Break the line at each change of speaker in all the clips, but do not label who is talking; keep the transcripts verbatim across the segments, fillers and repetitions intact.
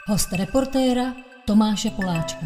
Host reportéra Tomáše Poláčka.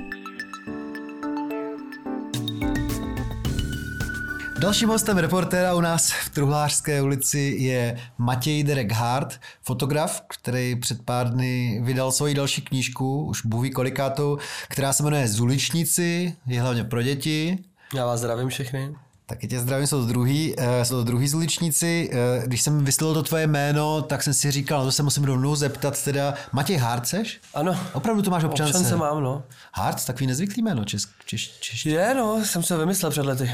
Dalším hostem reportéra u nás v Truhlářské ulici je Matěj Derek Hart, fotograf, který před pár dny vydal svoji další knížku, už bůh ví kolikátou, která se jmenuje Zuličníci, je hlavně pro děti.
Já vás zdravím všechny.
Taky tě zdravím, jsou to druhý, jsou to druhý Zuličníci. Když jsem vyslovil to tvoje jméno, tak jsem si říkal, no to se musím rovnou zeptat, teda Matěj Hart seš?
Ano.
Opravdu to máš občance?
Občance mám, no.
Hart, takový nezvyklý jméno, češ, češ, češ.
Je, no, jsem se vymyslel před lety.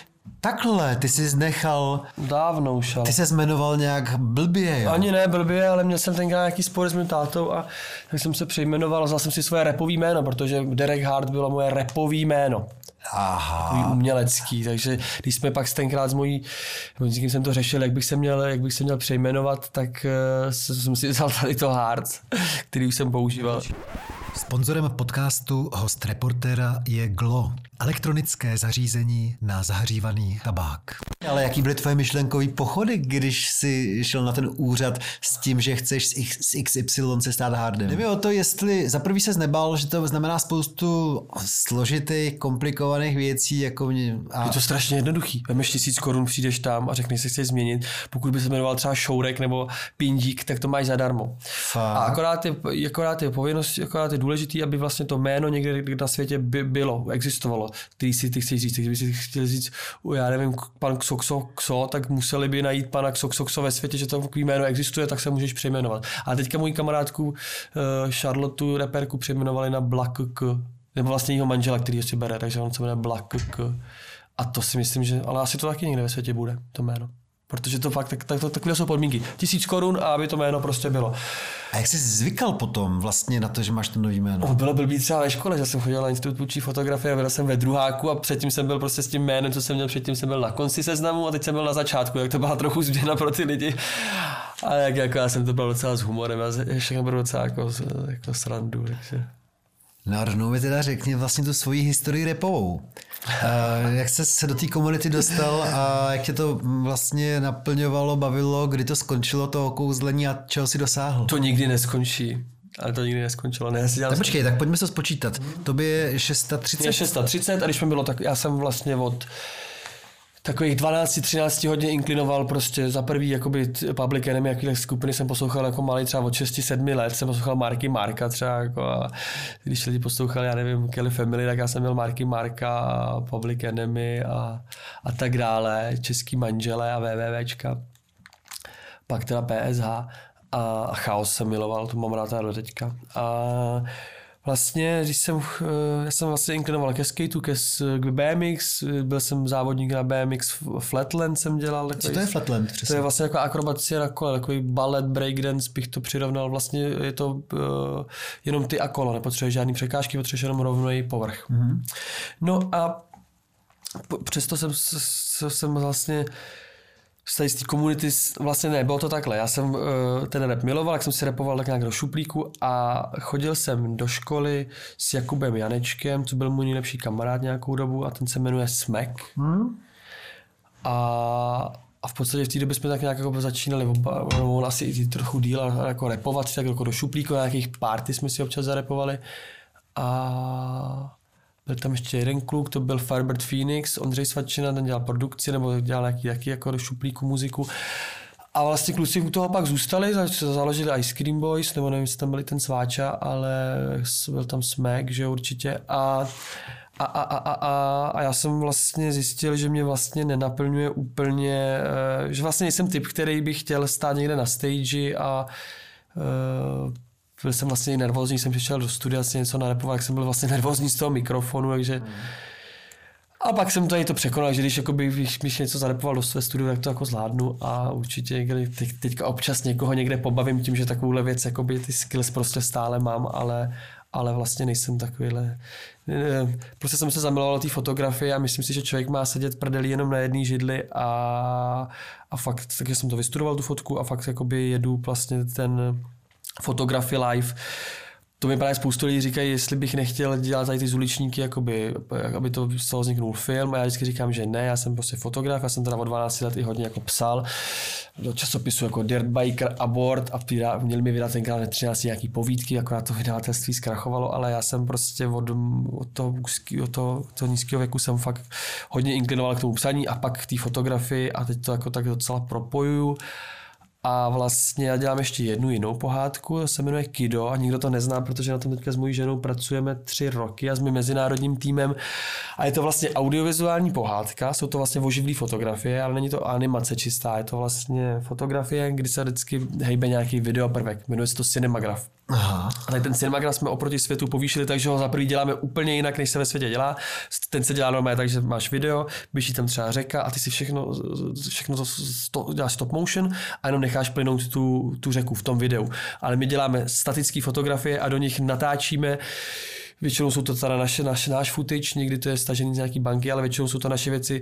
Takhle, ty jsi nechal...
Dávno už, ale...
Ty se jmenoval nějak blbě, jo?
Ani ne blbě, ale měl jsem tenkrát nějaký spor s mým tátou a tak jsem se přejmenoval a vzal jsem si svoje rapový jméno, protože Derek Hart bylo moje rapový jméno.
Aha.
Takový umělecký, takže když jsme pak tenkrát s mojí, s někým jsem to řešil, jak bych se měl, jak bych se měl přejmenovat, tak uh, jsem si vzal tady to Hart, který už jsem používal.
Sponzorem podcastu host reportéra je Glo, elektronické zařízení na zahřívaný tabák. Ale jaký byly tvoje myšlenkový pochody, když jsi šel na ten úřad s tím, že chceš z X Y se stát Hardem? Jde mi o to, jestli za prvý ses nebál, že to znamená spoustu složitých, komplikovaných věcí, jako mě... A...
Je to strašně jednoduchý. Vemeš tisíc korun, přijdeš tam a řekneš, že chceš změnit. Pokud by se jmenoval třeba Šourek nebo Pindík, tak to máš zadarmo. Fakt? A akorát je, akorát je povinnost, akorát je důležitý, aby vlastně to jméno někde na světě by bylo, existovalo, který si ty chceš říct. Kdyby si chtěl říct, já nevím, pan Xoxo Xo, tak museli by najít pana Xoxo Xo ve světě, že to takový jméno existuje, tak se můžeš přejmenovat. A teďka můj kamarádku uh, Charlotte reperku přejmenovali na Black K, nebo vlastně jeho manžela, který ještě bere, takže on se jmenuje Black K. A to si myslím, že, ale asi to taky někde ve světě bude, to jméno. Protože to fakt, tak, tak, to, takové jsou podmínky. Tisíc korun a aby to jméno prostě bylo.
A jak jsi zvykal potom vlastně na to, že máš to nový jméno?
Oh, bylo blbý třeba ve škole, že jsem chodil na institut učí fotografie, byl jsem ve druháku a předtím jsem byl prostě s tím jménem, co jsem měl předtím, jsem byl na konci seznamu a teď jsem byl na začátku, tak to byla trochu změna pro ty lidi. A jak jako já jsem to byl docela s humorem a všechno bylo docela jako, jako srandu, takže...
No a rovnou mi teda řekni vlastně tu svoji historii rapovou. Uh, jak jsi se do té komunity dostal a jak tě to vlastně naplňovalo, bavilo, kdy to skončilo, to kouzlení a čeho si dosáhl?
To nikdy neskončí. Ale to nikdy neskončilo. Ne, já
tak počkej, tak pojďme se spočítat. Tobě je třicet šest?
Je třicet šest a když mi bylo tak, já jsem vlastně od takových dvanáct třináct hodin inklinoval prostě za prvý jakoby Public Enemy, jakýhle skupiny jsem poslouchal jako malý třeba od šest sedm let, jsem poslouchal Marky Marka třeba jako a když lidi poslouchali, já nevím, Kelly Family, tak já jsem měl Marky Marka, Public Enemy a, a tak dále, Český manželé a WWWčka, pak teda P S H a, a Chaos jsem miloval, to mám rád do teďka. A vlastně, když jsem, já jsem vlastně inklinoval ke skateu, ke, k B M X, byl jsem závodník na B M X, Flatland jsem dělal.
Co to je Flatland?
Přesně. To je vlastně jako akrobacie na kole, takový ballet, breakdance bych to přirovnal, vlastně je to uh, jenom ty a kolo, nepotřebuješ žádný překážky, potřebuješ jenom rovný povrch. Mm-hmm. No a přesto jsem, jsem vlastně z té komunity, vlastně ne, bylo to takhle, já jsem uh, ten rap miloval, jak jsem si rapoval tak nějak do šuplíku a chodil jsem do školy s Jakubem Janečkem, co byl můj nejlepší kamarád nějakou dobu a ten se jmenuje Smek. Hmm. A, a v podstatě v té době jsme tak nějak jako začínali, on asi i trochu díl jako rapovat, tak jako do šuplíku, na nějakých party jsme si občas zarepovali a... Byl tam ještě jeden kluk, to byl Firebird Phoenix, Ondřej Svačina, ten dělal produkci nebo dělal nějaký, nějaký jako do šuplíku muziku. A vlastně kluci u toho pak zůstali, založili Ice Cream Boys, nebo nevím, jestli tam byli ten Sváča, ale byl tam Smek, že určitě. A, a, a, a, a, a já jsem vlastně zjistil, že mě vlastně nenaplňuje úplně, že vlastně nejsem typ, který by chtěl stát někde na stage a byl jsem vlastně nervózní, jsem přišel do studia si něco narepoval, jak jsem byl vlastně nervózní z toho mikrofonu, takže... Mm. A pak jsem tady to překonal, že když jakoby, když mi něco zarepoval do své studia, tak to jako zvládnu a určitě teď, teďka občas někoho někde pobavím tím, že takovouhle věc, jakoby ty skills prostě stále mám, ale, ale vlastně nejsem takovýhle... Prostě jsem se zamiloval do té fotografie a myslím si, že člověk má sedět prdelí jenom na jedné židli a, a fakt, takže jsem to vystudoval tu fotku a fakt jakoby jedu vlastně ten... fotografii live to mi právě spoustu lidí říkají, jestli bych nechtěl dělat tady ty zuličníky, jakoby, aby to z toho vzniknul film, a já vždycky říkám, že ne, já jsem prostě fotograf, já jsem teda od dvanácti let i hodně jako psal do časopisu jako Dirt Biker a Board a měli mi vydat tenkrát ve třinácti nějaký povídky, akorát to vydavatelství zkrachovalo, ale já jsem prostě od, od toho, od toho, toho nízkého věku jsem fakt hodně inklinoval k tomu psaní a pak k té fotografii a teď to jako tak docela propojuju. A vlastně já dělám ještě jednu jinou pohádku, to se jmenuje Kido a nikdo to nezná, protože na tom teďka s mojí ženou pracujeme tři roky a s mým mezinárodním týmem. A je to vlastně audiovizuální pohádka, jsou to vlastně oživlý fotografie, ale není to animace čistá, je to vlastně fotografie, kdy se vždycky hejbe nějaký videoprvek, jmenuje se to Cinemagraf. Aha. A tady ten Cinemagraf jsme oproti světu povýšili, takže ho za prvý děláme úplně jinak, než se ve světě dělá. Ten se dělá normálně tak, že máš video, běží tam třeba řeka a ty si všechno, všechno to sto, děláš stop motion a jenom necháš plynout tu, tu řeku v tom videu. Ale my děláme statické fotografie a do nich natáčíme. Většinou jsou to teda naše, naše, náš footage, někdy to je stažený z nějaký banky, ale většinou jsou to naše věci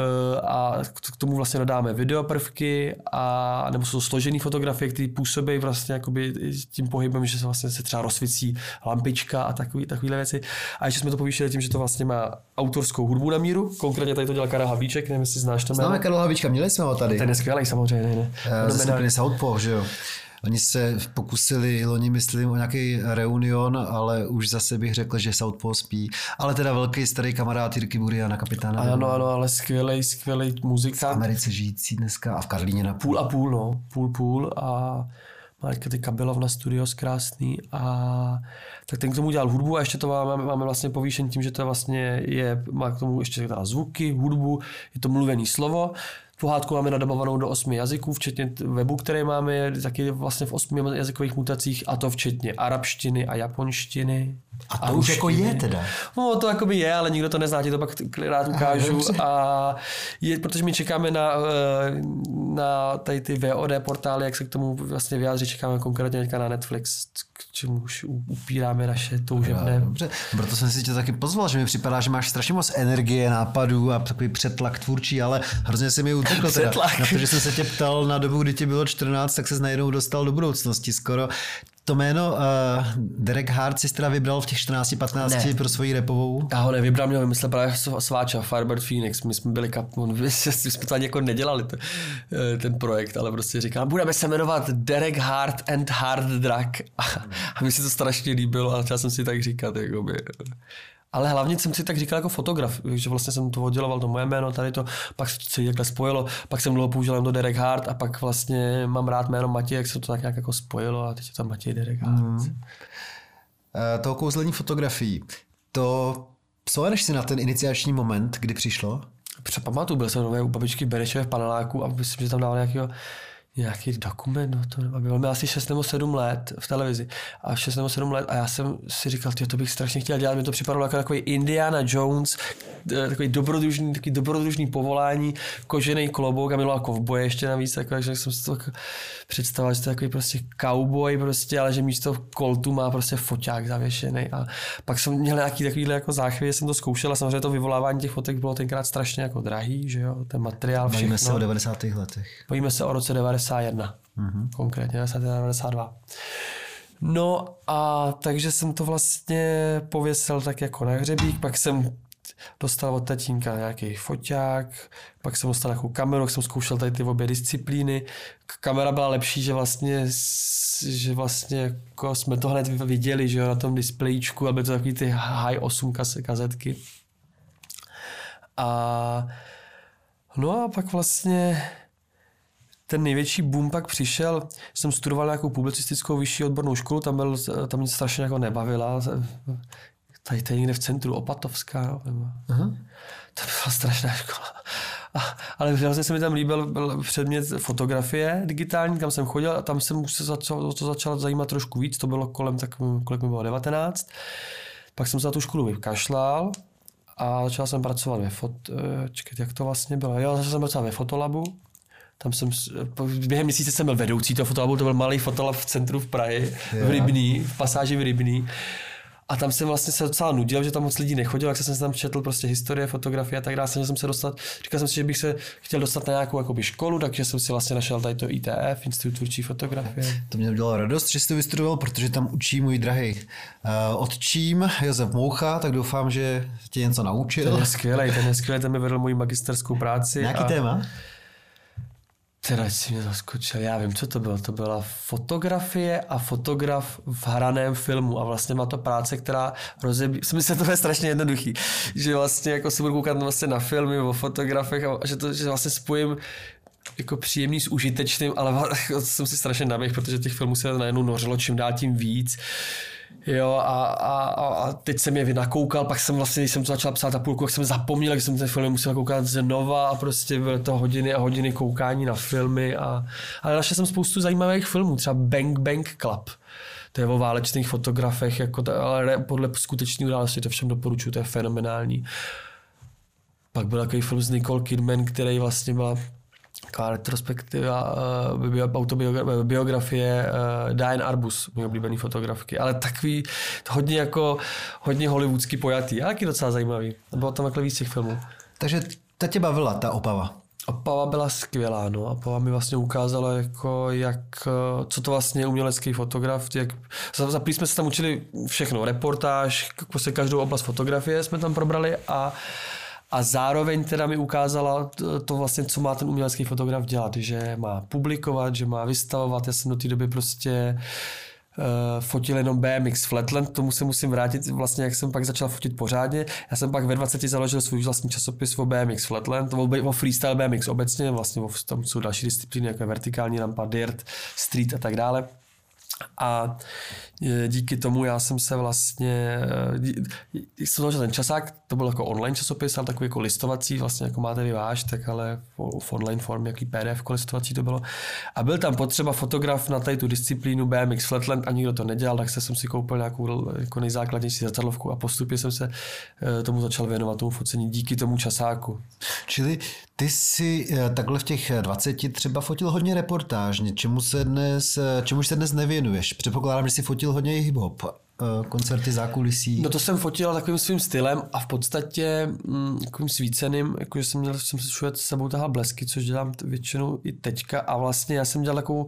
a k tomu vlastně dodáme videoprvky a nebo jsou to složené fotografie, které působí vlastně jakoby tím pohybem, že se vlastně se třeba rozsvící lampička a takový, takovýhle věci. A ještě jsme to povýšili tím, že to vlastně má autorskou hudbu na míru, konkrétně tady to dělal Karel Havlíček, nevím, jestli znáš to jméno.
Známe Karel Havlíčka, měli jsme ho tady.
Ten je skvělý samozřejmě, ne? ne.
Ze skupiny Southpaw, že jo. Oni se pokusili loni, myslím, o nějaký reunion, ale už zase bych řekl, že Southpaw spí. Ale teda velký starý kamarád Jirky Buriana, kapitána.
Ano, ano, ale skvělej, skvělej muzikant.
V Americe žijící dneska a v Karlíně na
půl. Půl a půl, no. Půl, půl a má ty Kabelovna Studios krásný a tak ten k tomu dělal hudbu a ještě to máme, máme vlastně povýšen tím, že to vlastně je, má k tomu ještě teda zvuky, hudbu, je to mluvený slovo. Pohádku máme nadabovanou do osmi jazyků, včetně webu, který máme, je taky vlastně v osmi jazykových mutacích, a to včetně arabštiny a japonštiny.
A to a už jako je teda?
No to jako by je, ale nikdo to nezná, ti to pak rád ukážu. Aha, a je, protože my čekáme na, na tady ty V O D portály, jak se k tomu vlastně vyjádří, čekáme konkrétně na Netflix, k čemu už upíráme naše toužebné.
Dobře, proto jsem si tě taky pozval, že mi připadá, že máš strašně moc energie, nápadů a takový přetlak tvůrčí, ale hrozně se mi uteklo teda. Na to, že jsem se tě ptal na dobu, kdy ti bylo čtrnáct, tak se najednou dostal do budoucnosti skoro. To jméno uh, Derek Hart si teda vybral v těch čtrnácti patnácti ne. pro svoji rapovou?
Já ho nevybral, mě ho vymyslel právě Sváča, Firebird Phoenix. My jsme byli kapon, my jsme to ani jako nedělali ten, ten projekt, ale prostě říkal, budeme se jmenovat Derek Hart and Hard Drug. A, a mi se to strašně líbilo a chtěl jsem si tak říkat. Jakoby. Ale hlavně jsem si tak říkal jako fotograf, že vlastně jsem to odděloval, to moje jméno, tady to, pak se takhle spojilo, pak jsem dlouho použil do Derek Hart a pak vlastně mám rád jméno Matěj, jak se to tak nějak jako spojilo a teď je tam Matěj Derek Hart. Mm.
Uh, toho kouzlení fotografií, to vzpomeneš si na ten iniciační moment, kdy přišlo?
Přepamatuju, byl jsem u babičky v Benešově v paneláku a myslím, že tam dával nějakého nějaký dokument, no to nebylo. Byl asi šest nebo sedm let v televizi a šest nebo sedm let a já jsem si říkal, tyjo, to bych strašně chtěl dělat, mi to připadalo jako takový Indiana Jones, takový dobrodružný, takový dobrodružný povolání, kožený klobouk a miloval kovboje ještě navíc, takový, že jsem si to představoval, že to je takový prostě cowboy prostě, ale že místo koltu má prostě foťák zavěšený a pak jsem měl nějaký takovýhle jako záchvěv, jsem to zkoušel a samozřejmě to vyvolávání těch fotek bylo tenkrát strašně jako drahý, že jo, ten materiál, všechno.
Bavíme se o devadesátých letech.
Bavíme se o roce devadesát jedna, mm-hmm. konkrétně devadesát jedna devadesát dva. No a takže jsem to vlastně pověsil tak jako na hřebík, pak jsem dostal od tatínka nějaký foťák, pak jsem dostal nějakou kameru, jsem zkoušel tady ty obě disciplíny. Kamera byla lepší, že vlastně, že vlastně jako jsme to hned viděli, že jo, na tom displejíčku, aby to takový ty high osm kazetky. A no a pak vlastně ten největší boom pak přišel, jsem studoval nějakou publicistickou vyšší odbornou školu, tam, byl, tam mě strašně jako nebavila. Tady, tady někde v centru, Opatovská. Jo, uh-huh. To byla strašná škola. A, ale vlastně se mi tam líbil byl předmět fotografie digitální, kam jsem chodil a tam jsem se začal, to začalo zajímat trošku víc, to bylo kolem, tak, kolik mi bylo, devatenáct. Pak jsem se na tu školu vykašlal a začal jsem pracovat ve fot... Čekaj, jak to vlastně bylo? Jo, začal jsem pracovat ve fotolabu. Tam jsem, během měsíce jsem byl vedoucí toho fotolabu, to byl malý fotolab v centru v Praze, v Rybný, v pasáži v Rybný. A tam jsem vlastně se docela nudil, že tam moc lidí nechodilo, jak jsem se tam četl prostě historie, fotografie a tak dále, jsem se dostat, říkal jsem si, že bych se chtěl dostat na nějakou jakoby školu, takže jsem si vlastně našel tady to I T F, Institut tvůrčí fotografie.
To mě udělalo radost, že jsi to vystudoval, protože tam učí můj drahý uh, otčím Josef Moucha, tak doufám, že tě něco naučil.
Ten je skvělej, ten je skvělej, ten mi vedl moji magisterskou práci.
Nějaký
a...
téma?
Teda si mě zaskočil, já vím, co to bylo. To byla fotografie a fotograf v hraném filmu a vlastně má to práce, která rozebí... Myslím, že to je strašně jednoduchý, že vlastně jako si budu koukat vlastně na filmy o fotografech a že to že vlastně spojím jako příjemný s užitečným, ale jsem si strašně naběh, protože těch filmů se najednou nořilo čím dál tím víc. Jo, a, a, a teď jsem je nakoukal, pak jsem vlastně, když jsem to začal psát a půlku, jak jsem zapomněl, jak jsem ten film musel koukat znova a prostě byly to hodiny a hodiny koukání na filmy. A, ale našel jsem spoustu zajímavých filmů, třeba Bang Bang Club. To je o válečných fotografech, jako to, ale podle skutečné události, to všem doporučuji, to je fenomenální. Pak byl takový film s Nicole Kidman, který vlastně byla taková retrospektiva, uh, biografie uh, Diane Arbus, můj oblíbený fotografky, ale takový hodně jako hodně hollywoodsky pojatý, ale taky docela zajímavý. Bylo tam takhle víc těch filmů. Takže
ta tě bavila, ta Opava?
Opava byla skvělá, no. Opava mi vlastně ukázala, jako, jak, co to vlastně je umělecký fotograf. Jak, za, za prý jsme se tam učili všechno, reportáž, prostě každou oblast fotografie jsme tam probrali a A zároveň teda mi ukázala to vlastně, co má ten umělecký fotograf dělat, že má publikovat, že má vystavovat. Já jsem do té doby prostě uh, fotil jenom B M X Flatland, tomu se musím vrátit, vlastně jak jsem pak začal fotit pořádně. Já jsem pak ve dvaceti založil svůj vlastní časopis o B M X Flatland, o, o freestyle B M X obecně, vlastně tam jsou další disciplíny, jako je vertikální rampa, dirt, street a tak dále. A díky tomu já jsem se vlastně, jsem založil ten časák, to byl jako online časopis, ale takový jako listovací, vlastně jako máte vy váš, tak ale v online formě, jaký P D F listovací to bylo. A byl tam potřeba fotograf na tady tu disciplínu B M X Flatland a nikdo to nedělal, tak jsem si koupil nějakou jako nejzákladnější zrcadlovku a postupně jsem se tomu začal věnovat, tomu focení díky tomu časáku.
Čili ty jsi takhle v těch dvaceti třeba fotil hodně reportážně, čemu se dnes, čemuž se dnes nevěnuješ? Předpokládám, že jsi fotil hodně i hip-hop, koncerty, zákulisí.
No to jsem fotil takovým svým stylem a v podstatě mm, takovým svíceným, jakože jsem měl, jsem se všude s sebou tahal blesky, což dělám většinou i teďka a vlastně já jsem dělal takovou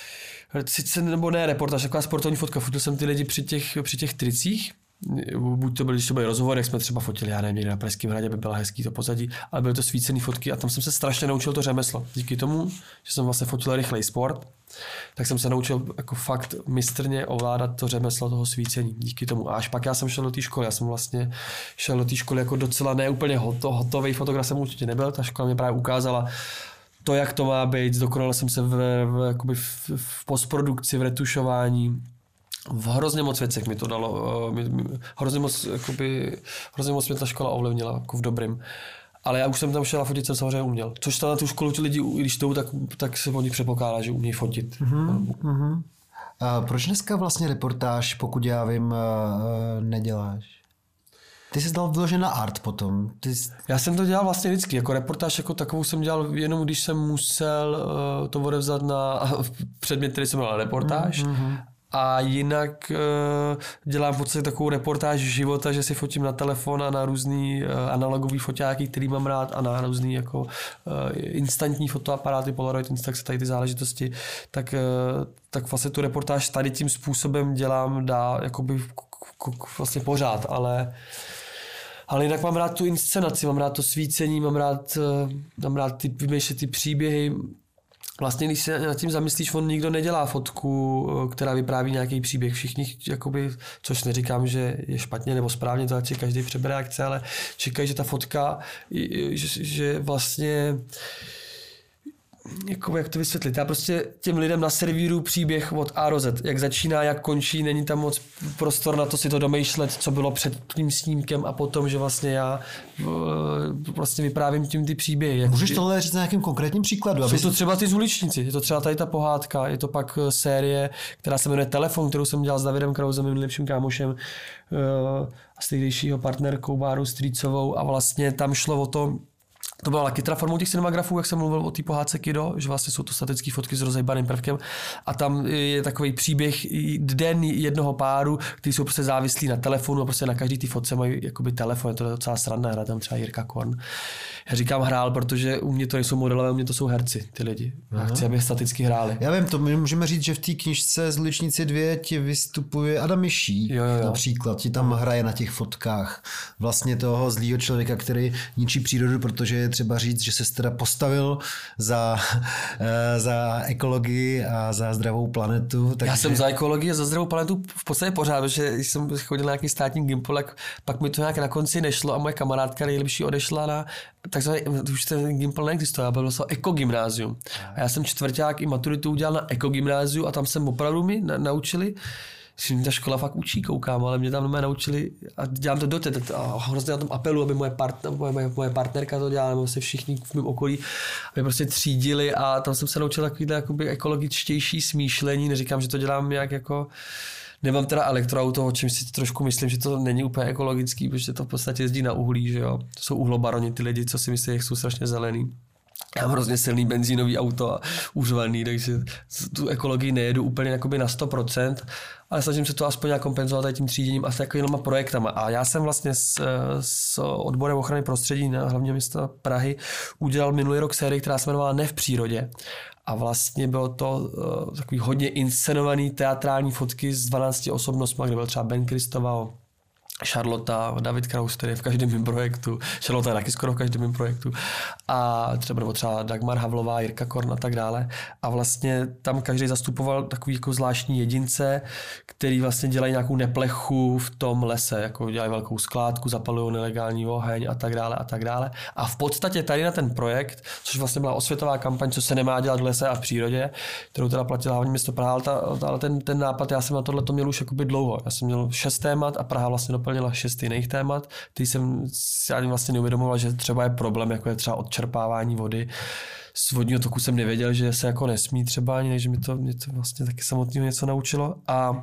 sice nebo ne reportáž, taková sportovní fotka, fotil jsem ty lidi při těch, při těch tricích, buď to byly, když to byly rozhovory, jak jsme třeba fotili, já nevím, někde na Pražském hradě, by byla hezký to pozadí, ale byly to svícený fotky a tam jsem se strašně naučil to řemeslo. Díky tomu, že jsem vlastně fotil rychlej sport, tak jsem se naučil jako fakt mistrně ovládat to řemeslo toho svícení. Díky tomu. A až pak já jsem šel do té školy. Já jsem vlastně šel do té školy jako docela neúplně hoto, hotový fotograf jsem určitě nebyl. Ta škola mě právě ukázala to, jak to má být. Zdokonal jsem se v, v, jakoby v, v postprodukci, v retušování. V hrozně moc věcech mi to dalo. Mi, mi, hrozně moc, jakoby, hrozně moc mě ta škola ovlivnila, jako v dobrým. Ale já už jsem tam šel a fotit jsem samozřejmě uměl. Což tam na tu školu ti lidi, když jdou, tak, tak se o nich předpokládá, že umějí fotit.
Mm-hmm, mm-hmm. A proč dneska vlastně reportáž, pokud já vím, neděláš? Ty jsi dal vložen na art potom. Ty jsi... Já
jsem to dělal vlastně vždycky. Jako reportáž jako takovou jsem dělal jenom, když jsem musel uh, to odevzat na předmět, který jsem měl reportáž. Mm-hmm. A jinak uh, dělám v podstatě takovou reportáž života, že si fotím na telefon a na různý uh, analogový foťáky, který mám rád a na různý jako uh, instantní fotoaparáty, Polaroid, Instax, tady ty záležitosti, tak, uh, tak vlastně tu reportáž tady tím způsobem dělám dá jakoby k, k, vlastně pořád, ale ale jinak mám rád tu inscenaci, mám rád to svícení, mám rád, uh, mám rád ty, vymýšlet ty příběhy. Vlastně, když se nad tím zamyslíš, on nikdo nedělá fotku, která vypráví nějaký příběh. Všichni, jakoby, což neříkám, že je špatně nebo správně, to ať si každý přebere jak chce, ale čekají, že ta fotka, že, že vlastně, jakoby, jak to vysvětlit, já prostě těm lidem naservíruju příběh od A do Z, jak začíná, jak končí, není tam moc prostor na to si to domýšlet, co bylo před tím snímkem a potom, že vlastně já vlastně vyprávím tím ty příběhy. Jak
Můžeš tohle říct na nějakým konkrétním příkladu?
Jsou to třeba ty Zuličníci, je to třeba tady ta pohádka, je to pak série, která se jmenuje Telefon, kterou jsem dělal s Davidem Krausem, mým nejlepším kámošem a s tehdejšího partnerkou Bárou Strýcovou a vlastně tam šlo o to, To byla kytra formou těch cinematografů, jak jsem mluvil o té pohádce Kido, že vlastně jsou to statické fotky s rozejbaným prvkem a tam je takový příběh den jednoho páru, kteří jsou prostě závislí na telefonu a prostě na každý té fotce mají jakoby telefon, to je docela sranda, hra tam třeba Jirka Korn. Já říkám hrál, protože u mě to nejsou modelové, u mě to jsou herci, ty lidi. Já chci, aby staticky hráli.
Já vím, to my můžeme říct, že v té knižce z Uličnici dvě ti vystupuje Adam Miší,
jo, jo, jo.
například, ti tam hraje na těch fotkách vlastně toho zlýho člověka, který ničí přírodu, protože je třeba říct, že se teda postavil za, za ekologii a za zdravou planetu. Takže...
Já jsem za ekologii a za zdravou planetu v podstatě pořád, protože když jsem chodil na nějaký státní gimpol, pak mi to nějak na konci nešlo a moje kamarádka nejlepší odešla na takzvaný, už ten gimpol neexistoval, byl to ekogymnázium. A já jsem čtvrťák i maturitu udělal na ekogymnáziu a tam jsem opravdu mi na, naučili, že mě ta škola fakt učí, koukám, ale mě tam mě naučili a dělám to doteď. A hrozně na tom apelu, aby moje, partner, moje, moje partnerka to dělala, nebo se všichni v mém okolí, aby prostě třídili a tam jsem se naučil takovýhle jakoby ekologičtější smýšlení. Neříkám, že to dělám nějak jako... Nemám teda elektroauto, o čem si trošku myslím, že to není úplně ekologický, protože to v podstatě jezdí na uhlí, že jo. To jsou uhlobaroni, ty lidi, co si myslí, jak jsou strašně zelený. Já mám hrozně silný benzínový auto a uřvaný, takže tu ekologii nejedu úplně jakoby na sto procent, ale snažím se to aspoň nějak kompenzovat tady tím tříděním a takovýma projektama. A já jsem vlastně s, s odborem ochrany prostředí na hlavně města Prahy udělal minulý rok sérii, která se jmenovala Ne v přírodě. A vlastně bylo to uh, takový hodně inscenovaný teatrální fotky s dvanácti osobnostmi, kde byl třeba Ben Kristoval, Charlotta, David Kraus, který je v každém mým projektu. Charlotta je taky skoro v každém mým projektu. A třeba, nebo třeba Dagmar Havlová, Jirka Korn a tak dále. A vlastně tam každý zastupoval takový jako zvláštní jedince, který vlastně dělají nějakou neplechu v tom lese, jako dělají velkou skládku, zapalují nelegální oheň a tak dále a tak dále. A v podstatě tady na ten projekt, což vlastně byla osvětová kampaň, co se nemá dělat v lese a v přírodě, kterou teda platila hlavně město Praha, ale, ta, ale ten, ten nápad, já jsem na tohle to měl už jakoby dlouho. Já jsem měl šest témat a Praha vlastně doplnila šest jiných témat, který jsem si ani vlastně neuvědomoval, že třeba je problém, jako je třeba odčerpávání vody. Z vodního toku jsem nevěděl, že se jako nesmí třeba ani, že mi to, mě to vlastně taky samotného něco naučilo. A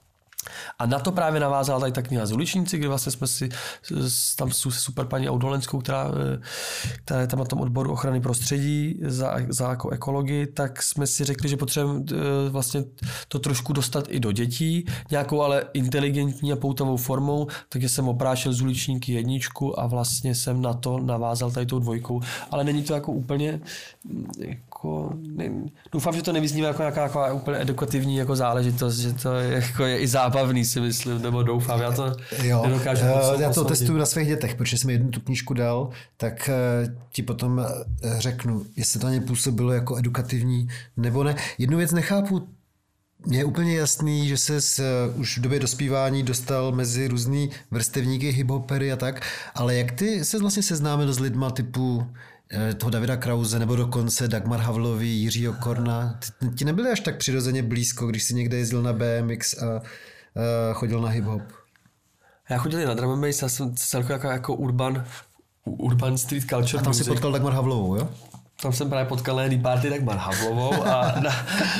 A na to právě navázala tady ta kniha Z Uličníci, kde vlastně jsme si tam s super paní Audolenskou, která, která je tam na tom odboru ochrany prostředí za, za jako ekologii, tak jsme si řekli, že potřebujeme vlastně to trošku dostat i do dětí, nějakou ale inteligentní a poutavou formou, takže jsem oprášil Z Uličníky jedničku a vlastně jsem na to navázal tady tou dvojkou, ale není to jako úplně jako, ne, doufám, že to nevyznívá jako nějaká jako úplně edukativní jako záležitost, že to je, jako je i zábavný, si myslím, nebo doufám, já to
jo,
nedokážu.
Uh, já to testuju na svých dětech, protože jsem jednu tu knížku dal, tak uh, ti potom řeknu, jestli to na ně působilo jako edukativní nebo ne. Jednu věc nechápu, mně je úplně jasný, že se uh, už v době dospívání dostal mezi různý vrstevníky, hiphopery a tak, ale jak ty se vlastně seznámil s lidma typu toho Davida Krause nebo dokonce Dagmar Havlový, Jiřího Korna. Ty, ti nebyli až tak přirozeně blízko, když jsi někde jezdil na B M X a, a chodil na hip-hop?
Já chodil na drum and bass, já jsem celkově jako, jako urban, urban street culture.
A tam
music.
si potkal Dagmar Havlovou, jo?
Tam jsem právě potkal na jedný party Dagmar Havlovou a na...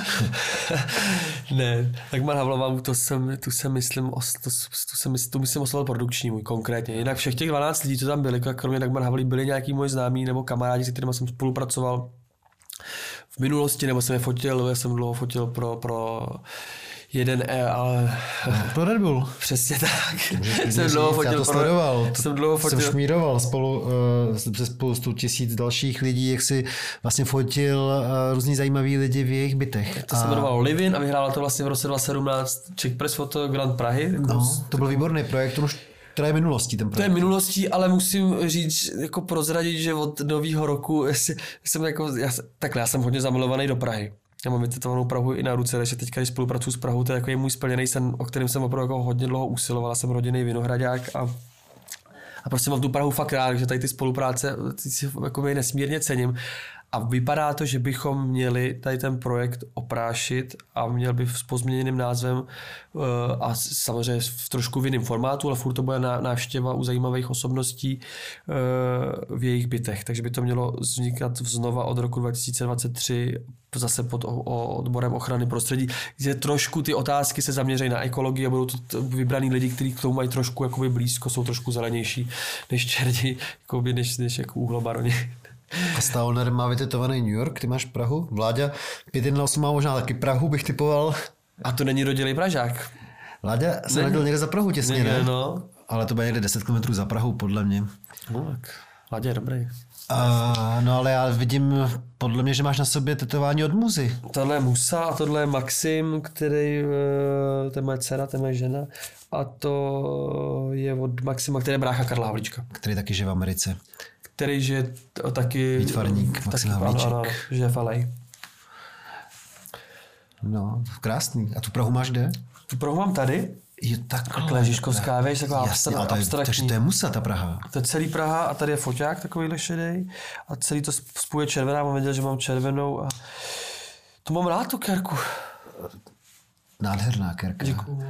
ne, Dagmar Havlová, to jsem, tu jsem myslím, to, tu jsem, tu myslím oslovil produkční můj konkrétně. Jinak všech těch dvanáct lidí, co tam byli, kromě Dagmar Havlí, byli nějaký moji známí nebo kamarádi, se kterými jsem spolupracoval v minulosti, nebo jsem je fotil, já jsem dlouho fotil pro, pro jeden, ale...
Pro Red Bull.
Přesně tak.
Jsem dlouho fotil. Já to sledoval.
Jsem dlouho fotil.
Jsem šmíroval spolu uh, se spoustu tisíc dalších lidí, jak si vlastně fotil uh, různý zajímavý lidi v jejich bytech.
To a... se jmenovalo Livin a vyhrála to vlastně v roce dva tisíce sedmnáct Czech Press Photo Grand Prahy.
No, to byl výborný projekt, to už to je minulostí ten projekt.
To je minulostí, ale musím říct, jako prozradit, že od nového roku jsem jako, já, takhle, já jsem hodně zamilovaný do Prahy. Já mám vytetovanou Prahu i na ruce, takže teďka, když spolupracuji s Prahou, to je jako můj splněný sen, o kterém jsem opravdu jako hodně dlouho usiloval. Jsem rodinný vinohradák a, a prostě mám tu Prahu fakt rád, že tady ty spolupráce ty si jako nesmírně cením. A vypadá to, že bychom měli tady ten projekt oprášit a měl by s pozměněným názvem a samozřejmě v trošku v jiném formátu, ale furt to bude návštěva u zajímavých osobností v jejich bytech. Takže by to mělo vznikat znova od roku dva tisíce dvacet tři zase pod odborem ochrany prostředí, kde trošku ty otázky se zaměří na ekologii a budou to vybraný lidi, kteří k tomu mají trošku jakoby blízko, jsou trošku zelenější než čerti, jakoby, než, než jako uhlobaroni.
A Stauner má vytetovaný New York, ty máš Prahu. Vláďa pět jedna osm má možná taky Prahu, bych typoval.
A to není rodilý Pražák.
Vláďa se narodil někde za Prahu těsně,
někde,
ne?
No.
Ale to bude někde deset kilometrů za Prahu, podle mě.
No tak, Vláďa je dobrý.
A, no ale já vidím podle mě, že máš na sobě tetování od Muzy.
Tohle je Musa a tohle je Maxim, který, to je moje dcera, to je moje žena. A to je od Maxima, který je brácha Karla Havlíčka.
Který taky žije v Americe.
Který žije taky...
Výtvarník Maxim Havlíček.
Ano, ano, žije v L A.
No, krásný. A tu Prahu máš kde?
Tu Prahu mám tady.
Je takhle.
Takhle Žižkovská věž, taková
Jasně, ale to je,
abstraktní.
takže to je Musa, ta Praha.
To je celý Praha a tady je foťák takovýhle šedej a celý to spojuje červená, mám věděl, že mám červenou a to mám rád tu kerku.
Nádherná kerka.
Děkuju. Uh,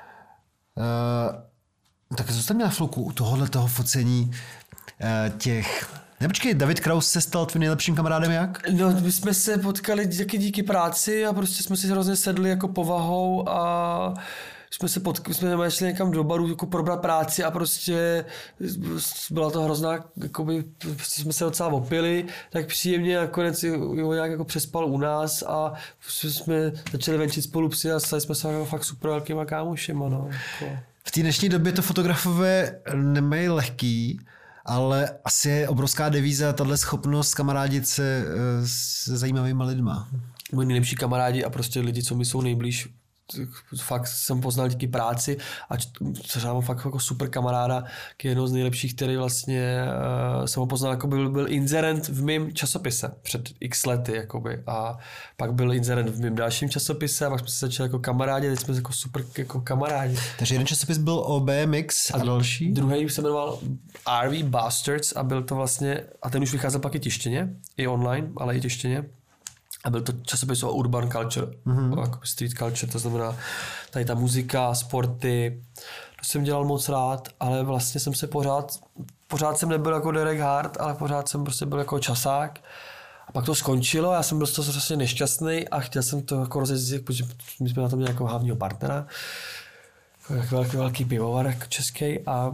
tak zůstaňme na chvilku u tohohle toho focení uh, těch... Nepočkej, David Kraus se stal tvým nejlepším kamarádem jak?
No, my jsme se potkali taky díky práci a prostě jsme si hrozně sedli jako povahou a jsme se potkali, jsme šli někam do baru jako probrat práci a prostě byla to hrozná, jakoby, prostě jsme se docela opili, tak příjemně nakonec ho nějak jako přespal u nás a jsme začali venčit spolu psy a stali jsme se jako fakt super velkýma kámošema, no. Jako.
V té dnešní době to fotografové nemají lehký, ale asi je obrovská devíza tahle schopnost kamarádit se s zajímavými lidma.
Moji nejlepší kamarádi a prostě lidi, co mi jsou nejblíž, fakt jsem poznal díky práci a třeba mám fakt jako super kamaráda, jednou z nejlepších, který vlastně uh, jsem ho poznal, jako byl, byl inzerent v mém časopise před x lety, jakoby, a pak byl inzerent v mém dalším časopise a pak jsme se začali jako kamarádi, teď jsme jako super jako kamarádi.
Takže jeden časopis byl o B M X a, a další?
Druhý se jmenoval R V Bastards a byl to vlastně, a ten už vycházel pak i tištěně, i online, ale i tištěně. A byl to časopis o urban culture, mm-hmm. jako street culture, to znamená tady ta muzika, sporty, to jsem dělal moc rád, ale vlastně jsem se pořád, pořád jsem nebyl jako Derek Hart, ale pořád jsem prostě byl jako časák. A pak to skončilo, já jsem byl to prostě nešťastný a chtěl jsem to jako rozjezdit, protože my jsme na to měli jako hlavního partnera, jako velký, velký pivovar jako český a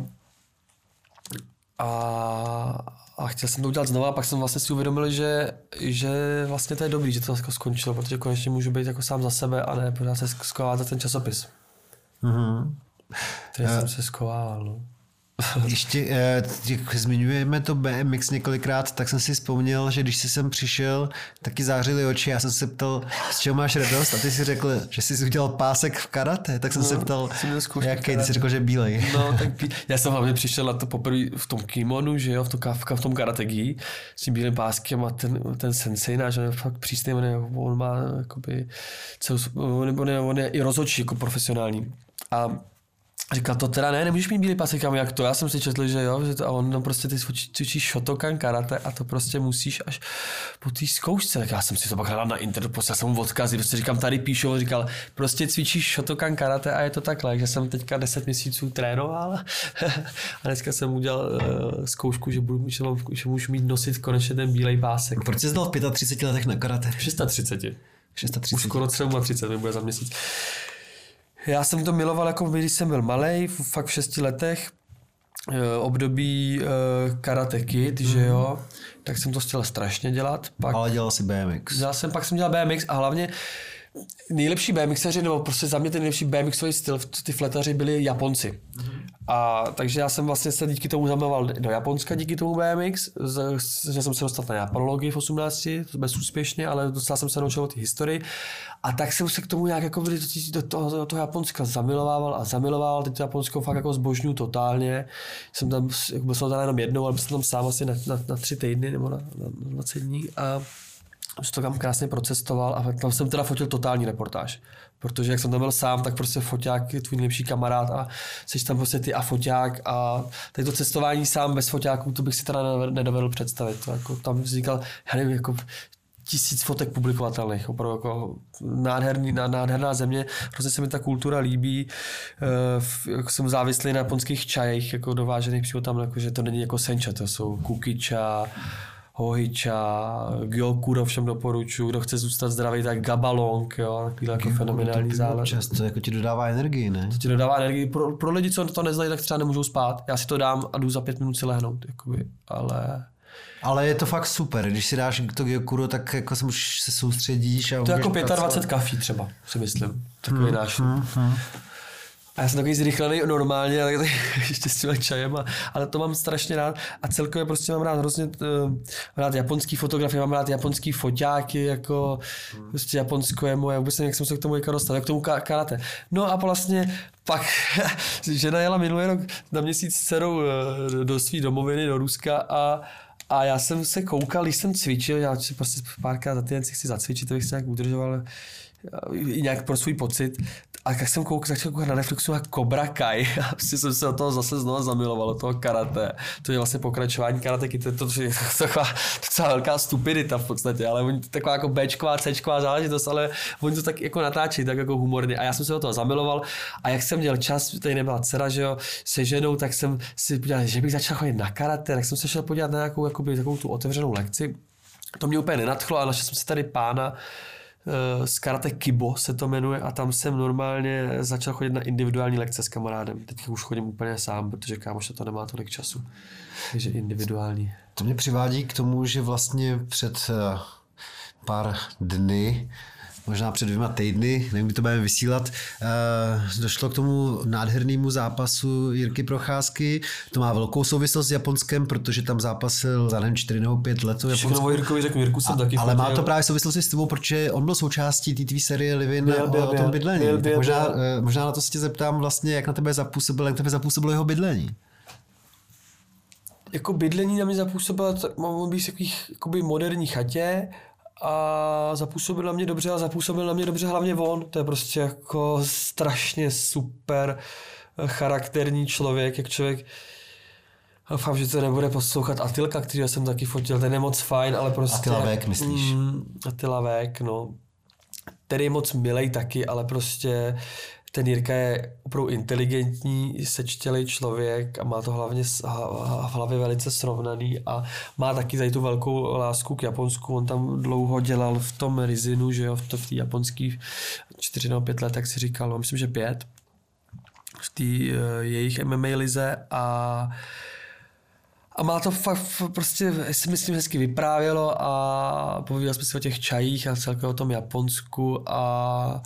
a, a chtěl jsem to udělat znova a pak jsem vlastně si uvědomil, že, že vlastně to je dobrý, že to jako skončilo, protože konečně můžu být jako sám za sebe a ne pořád se skovávat za ten časopis. Mm-hmm. Který uh, jsem se skovával, no.
Ještě, jak zmiňujeme to B M X několikrát, tak jsem si vzpomněl, že když jsi sem přišel, taky zářily oči. Já jsem se ptal, z čeho máš radost a ty si řekl, že jsi udělal pásek v karate, tak jsem no, se ptal, jaký, ty jsi řekl, že bílej.
No, tak já jsem hlavně přišel na to poprvé v tom kimonu, že jo, v tom, v tom karate gi, s tím bílým páskem a ten, ten sensei náš, on je fakt přísný, on, je, on má jakoby, celou, on, je, on je i rozhodčí jako profesionální. A říkal, to teda ne, nemůžeš mít bílý pásek, jak to, já jsem si četl, že jo, že to, a on tam prostě ty cvičíš Shotokan karate a to prostě musíš až po té zkoušce, tak já jsem si to pak hledal na internetu, poslal jsem mu odkazy, prostě říkám, tady píšu, on říkal, prostě cvičíš Shotokan karate a je to takhle, že jsem teďka deset měsíců trénoval a dneska jsem udělal uh, zkoušku, že, budu, že, mám, že můžu mít nosit konečně ten bílej pásek.
Proč jsi zdal v třiceti pěti letech na karate?
V třiceti šesti.
třiceti šesti.
Už skoro třicet sedm mi bude za měsíc. Já jsem to miloval, jako když jsem byl malej, fakt v šesti letech, období uh, Karate Kid, mm. že jo, tak jsem to chtěl strašně dělat. Pak,
ale dělal si B M X.
Dělal jsem, pak jsem dělal B M X a hlavně nejlepší BMXaři, nebo prostě za mě ten nejlepší BMXový styl, ty fletaři byli Japonci. Mm. A takže já jsem vlastně se díky tomu zamiloval do Japonska, díky tomu B M X, že jsem se dostal na japanologii v osmnácti, bezúspěšně, ale dostal jsem se naučil ty historii. A tak jsem se k tomu nějak jako do toho, do toho Japonska zamilovával a zamiloval, teď to Japonsko fakt jako zbožňuju totálně. Jsem tam, byl jsem tam jenom jednou, ale byl jsem tam sám asi na, na, na tři týdny nebo na, na dvacet dní a už to tam krásně procestoval a tam jsem teda fotil totální reportáž. Protože jak jsem tam byl sám, tak prostě foťák je tvůj nejlepší kamarád a jsi tam prostě ty a foťák a tady to cestování sám bez foťáků, to bych si teda nedovedl představit. To jako, tam vznikal, já nevím, jako tisíc fotek publikovatelných, opravdu jako nádherný, nádherná země, hrozně se mi ta kultura líbí, e, jako jsem závislý na japonských čajích, jako dovážených přímo tam, jako, že to není jako sencha, to jsou kukiča, hohiča, gyokuro všem doporučuji, kdo chce zůstat zdravý, tak gabalong, jo, takový jako fenomenální záležitost.
To jako ti dodává energii, ne?
To ti dodává energii. Pro, pro lidi, co to neznají, tak třeba nemůžou spát. Já si to dám a jdu za pět minut si lehnout, jakoby, ale
Ale je to fakt super, když si dáš to gyokuro, tak jako se už se soustředíš. A
to je jako dvacet pět kafí třeba, si myslím. Takový hmm, náš. Hmm, hmm. A já jsem takový zrychlený normálně, ale ještě s tím čajem, a, ale to mám strašně rád a celkově prostě mám rád hrozně uh, rád japonský fotografie, mám rád japonský foťáky, jako hmm. prostě Japonsko je moje, vůbec nevím, jak jsem se k tomu dostal, k tomu karate. No a vlastně pak žena jela minulý rok na měsíc s dcerou do svý domoviny, do Ruska a A já jsem se koukal, když jsem cvičil, já prostě párkrát za týden si chci zacvičit, abych se nějak udržoval i nějak pro svůj pocit. A jak jsem koukal, začal koukat na Netflixu na Cobra Kai a prostě jsem se od toho zase znova zamiloval, od toho karate. To je vlastně pokračování karateky, to je to, to, je taková docela velká stupidita v podstatě, ale oni taková jako Bčková, Cčková záležitost, ale oni to tak jako natáčí, tak jako humorně. A já jsem se od toho zamiloval a jak jsem měl čas, tady nebyla dcera, že jo, se ženou, tak jsem si podíval, že bych začal chodit na karate, tak jsem se šel podívat na nějakou jakoby, takovou tu otevřenou lekci. To mě úplně nenadchlo, ale našel jsem si tady pána z karate Kibo se to jmenuje a tam jsem normálně začal chodit na individuální lekce s kamarádem. Teď už chodím úplně sám, protože kámoš to nemá tolik času. Takže individuální.
To mě přivádí k tomu, že vlastně před pár dny, možná před dvěma týdny, nevím, kdy to budeme vysílat, došlo k tomu nádhernému zápasu Jirky Procházky. To má velkou souvislost s Japonskem, protože tam zápasil za nevím, čtyři nebo pět let.
Všechno o Jirkovi řeknu, Jirku jsem
a,
taky
ale
fotil.
má to právě souvislosti s tebou, protože on byl součástí té tvý série Livin byl, byl, o tom bydlení. Byl, byl, možná, byl. možná na to se tě zeptám vlastně, jak na tebe zapůsobilo, jak tebe zapůsobilo jeho bydlení.
Jako bydlení na mě zapůsobilo, tak mám být v takových jakoby moderní chatě, a zapůsobil na mě dobře a zapůsobil na mě dobře hlavně on. To je prostě jako strašně super charakterní člověk, jak člověk. Doufám, že to nebude poslouchat Atilka, kterýho jsem taky fotil, ten je moc fajn, ale prostě...
Attila Vek, myslíš?
Mm, Attila Vek, no. Ten je moc milej taky, ale prostě ten Jirka je opravdu inteligentní, sečtělej člověk a má to hlavně v hlavě velice srovnaný a má taky tady tu velkou lásku k Japonsku. On tam dlouho dělal v tom Rizinu, že jo, v té japonský čtyři nebo pět let, jak si říkal, no, myslím, že pět, v té uh, jejich M M A lize a A má to fakt prostě, si myslím, hezky vyprávělo a povídali jsme si o těch čajích a celkově o tom Japonsku a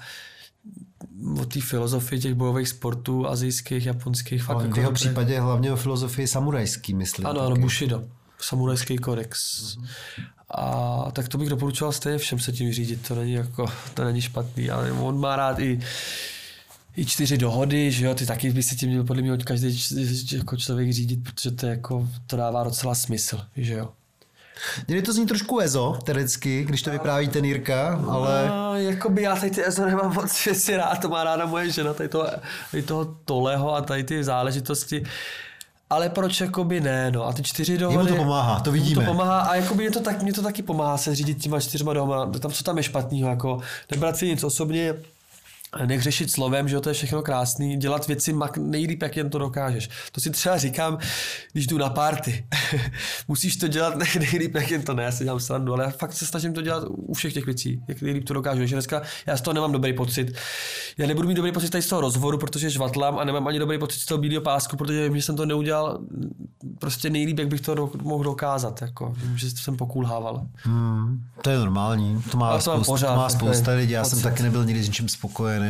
o té filozofii těch bojových sportů azijských, japonských. Fakt
v
jako
jeho
dobré.
případě hlavně o filozofii samurajský, myslím.
Ano, ano, Bushido, samurajský kodex. Mm-hmm. A tak to bych doporučoval stejně všem se tím řídit, to není, jako, to není špatný, ale on má rád i i čtyři dohody, že jo, ty taky by se tím měl podle mě každý jako člověk řídit, protože to, jako, to dává docela smysl, že jo.
Někdy to zní trošku ezo, teoreticky, když to vypráví ten Jirka, ale...
No, jakoby já tady ty ezo nemám moc věci rád, to má ráda moje žena, tady toho, tady toho Toleho a tady ty záležitosti. Ale proč jakoby ne, no a ty čtyři dohody...
Jemu to pomáhá, to vidíme.
To pomáhá a jakoby mě to, tak, mě to taky pomáhá se řídit těma čtyřma dohama, tam co tam je špatného, jako nebrat si nic osobně, nech slovem, že jo, to je všechno krásný, dělat věci nejlíp, jak jen to dokážeš. To si třeba říkám, když jdu na party. Musíš to dělat nejlíp, jak jen to ne, já si dělám srandu, ale já fakt se snažím to dělat u všech těch věcí, jak nejlíp to dokážu. Že dneska já z toho nemám dobrý pocit. Já nebudu mít dobrý pocit tady z toho rozhovoru, protože žvatlám a nemám ani dobrý pocit z toho bílého pásku, protože vím, že jsem to neudělal prostě nejlíp, jak bych to do, mohl dokázat, jako, že jsem pokulhával.
Hmm, to je normální, to má,
to
spousta,
pořád,
to má spousta lidí, já
pocit.
jsem taky nebyl nikdy s ničím spokojený.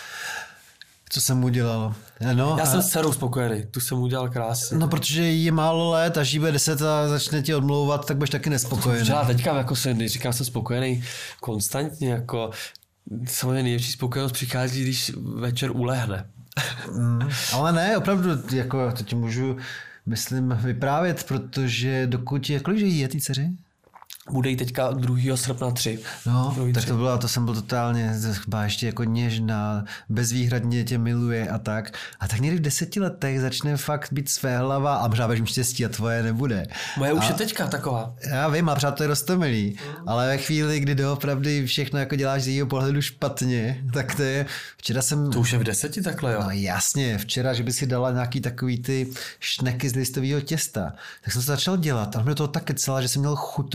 Co jsem udělal? No,
já
a...
jsem s dcerou spokojený, tu jsem udělal krásně.
No, protože jí je málo let a žíbe deset a začne ti odmlouvat, tak budeš taky nespokojený.
Já teďka jako se neříkám, jsem spokojený konstantně, jako samozřejmě největší spokojenost přichází, když večer ulehne.
Mm, ale ne, opravdu, jako to ti můžu, myslím, vyprávět, protože dokud je, kolik jí je tý dceři?
Bude jí teďka druhého srpna tři.
No,
Druhý
tak
tři.
to bylo, to jsem byl totálně, chyba ještě jako něžná, bezvýhradně tě miluje a tak. A tak někdy v deseti letech začne fakt být své hlava a možná budeš mít štěstí a tvoje nebude.
Moje už
a,
je teďka taková.
Já vím, a přát to je roztomilý, mm. ale ve chvíli, kdy doopravdy všechno jako děláš z jejího pohledu špatně, tak to je, včera jsem...
To už je v deseti takhle, jo?
No jasně, včera, že by si dala nějaký takový ty šneky z listového těsta, tak jsem to začal dělat a mě toho tak kecela, že jsem měl chuť to vědět do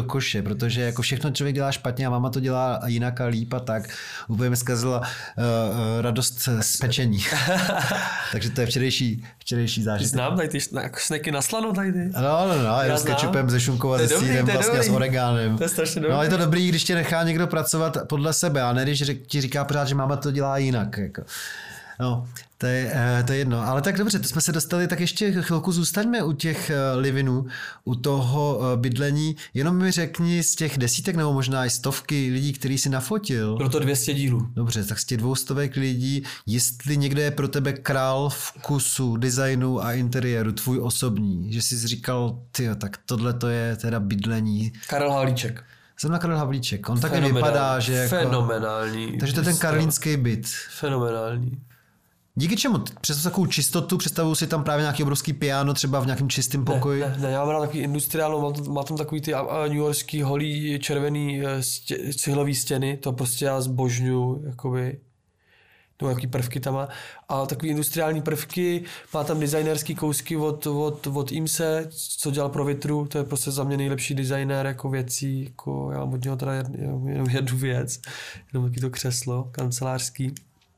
koše, protože jako všechno člověk dělá špatně a máma to dělá jinak a líp a tak. Úplně mi zkazila uh, uh, radost z pečení. Takže to je včerejší, včerejší zážitek.
Znám tady ty jako šneky na slano tady ty.
No, no, no, já s kečupem, se šunkou a se sýrem vlastně a s oregánem.
To je strašně dobrý.
No, je to dobrý, když tě nechá někdo pracovat podle sebe a ne když ti říká pořád, že máma to dělá jinak. Jako. No, to je, to je jedno. Ale tak dobře, to jsme se dostali, tak ještě chvilku zůstaňme u těch livinů, u toho bydlení. Jenom mi řekni z těch desítek nebo možná i stovky lidí, který si nafotil.
Bylo to dvě stě dílů.
Dobře, tak z těch dvoustovek lidí, jestli někde je pro tebe král vkusu, designu a interiéru, tvůj osobní, že jsi říkal, tyjo, tak tohle to je teda bydlení.
Karel Havlíček.
Jsem na Karel Havlíček. On taky vypadá, že jako...
Fenomenální.
Takže to je ten karlínský byt.
Fenomenální.
Díky čemu? Přes takovou čistotu představuju si tam právě nějaký obrovský piano třeba v nějakém čistém pokoji?
Ne, ne, ne, já mám rád takový industriál, mám, má tam takový ty New Yorkský holý červený stě, cihlový stěny, to prostě já zbožňuju, jakoby, nebo jaký prvky tam má. A takový industriální prvky, má tam designerský kousky od, od, od Imse, co dělal pro Vitru, to je prostě za mě nejlepší designér jako věcí, jako já mám od něho teda jenom jednu věc, jenom taky to křeslo kancelářský.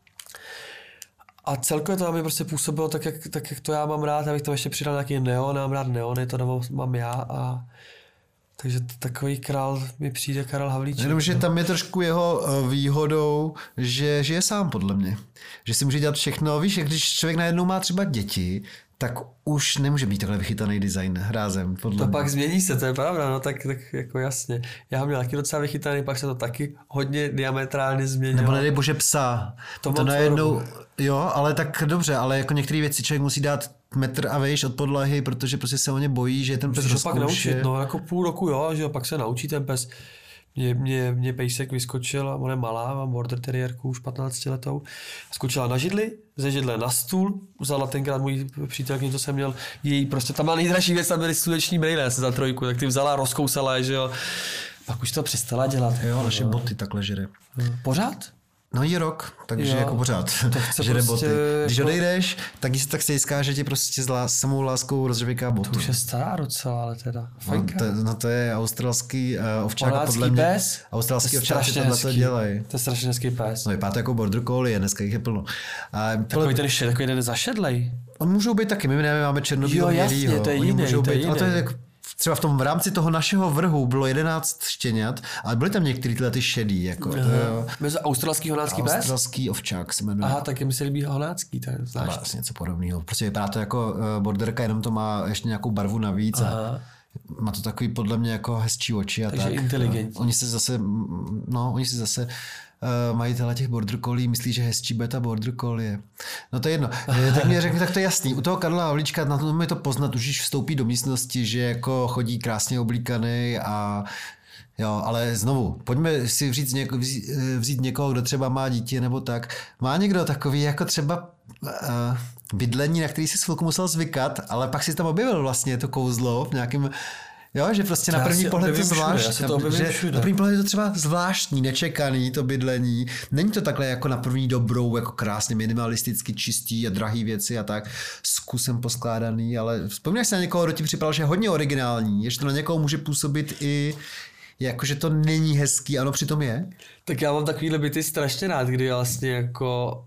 A celkově to na mě prostě působilo tak jak, tak, jak to já mám rád, abych tam ještě přidal nějaký neon, já mám rád neony, to mám, mám já a takže to, takový král mi přijde Karel Havlíček.
Jenomže tam je trošku jeho výhodou, že žije sám podle mě. Že si může dělat všechno, víš, když člověk najednou má třeba děti, tak už nemůže být takhle vychytaný design rázem. Podle
to
mě.
Pak změní se, to je pravda, no tak, tak jako jasně. Já ho měl taky docela vychytaný, pak se to taky hodně diametrálně změnilo.
Nebo nedej bože psa.
To,
to najednou, jo, ale tak dobře, ale jako některé věci člověk musí dát metr a vejš od podlahy, protože prostě se o ně bojí, že ten pes
rozkouše. Pak naučit, no jako půl roku, jo, že pak se naučí ten pes. Mě, mě, mě pejsek vyskočil, ona je malá, mám border terriérku už patnáctiletou, skočila na židli, ze židle na stůl, vzala tenkrát můj přítelkyně, to jsem měl, její prostě, tam byla nejdražší věc, tam byly sluneční brýle za trojku, tak ty vzala, rozkousala, že jo, pak už to přestala dělat.
Jo, naše boty takhle žere.
Pořád?
No je rok, takže
jo,
jako pořád, že prostě boty. Když
jako...
odejdeš, tak když se tak stejská, že ti prostě s lás, samou láskou rozřevíká botu.
To už je stará docela, ale teda.
No to, no to je australský uh, ovčák a podle mě.
Pes?
Australský ovčáci tohle to dělají.
To je strašně hezký pes.
No vypadá to jako border collie, dneska jich je plno. A
takový ten ještě, takový ten zašedlej.
On můžou být taky, my ne, máme černobílého mělýho.
Jo jasně, to je jiný,
můžou
to je
být,
jiný.
A to je jako třeba v tom v rámci toho našeho vrhu bylo jedenáct štěňat, ale byly tam některý tyhle ty šedý. Jako, to jo.
Mezi australský honácký pes?
Australský ovčák se jmenuje.
Aha, tak mi se líbí honácký. To je zvláštní.
Vlastně něco podobného. Prostě vypadá to jako borderka, jenom to má ještě nějakou barvu navíc. Aha. A má to takový podle mě jako hezčí oči a
takže
tak.
Inteligentní.
Oni se zase, no, oni se zase Uh, majitele těch border collie myslí, že hezčí beta border collie. No to je jedno. Tak mě řekni, tak to je jasný. U toho Karla Havlíčka na tom je to poznat, už když vstoupí do místnosti, že jako chodí krásně oblíkaný a jo, ale znovu, pojďme si vzít, něko, vzít někoho, kdo třeba má dítě nebo tak. Má někdo takový jako třeba uh, bydlení, na který si s chvilku musel zvykat, ale pak si tam objevil vlastně to kouzlo v nějakém. Jo, že prostě
já
na první pohled to zvláštní, na první pohled je to třeba zvláštní, nečekaný to bydlení. Není to takhle jako na první dobrou, jako krásně minimalisticky čistý a drahý věci a tak s kusem poskládaný, ale vzpomínáš se na někoho, kdo ti připadal, že je hodně originální, že to na někoho může působit i jako, že to není hezký, ano, přitom je?
Tak já mám takovýhle byty strašně rád, kdy vlastně jako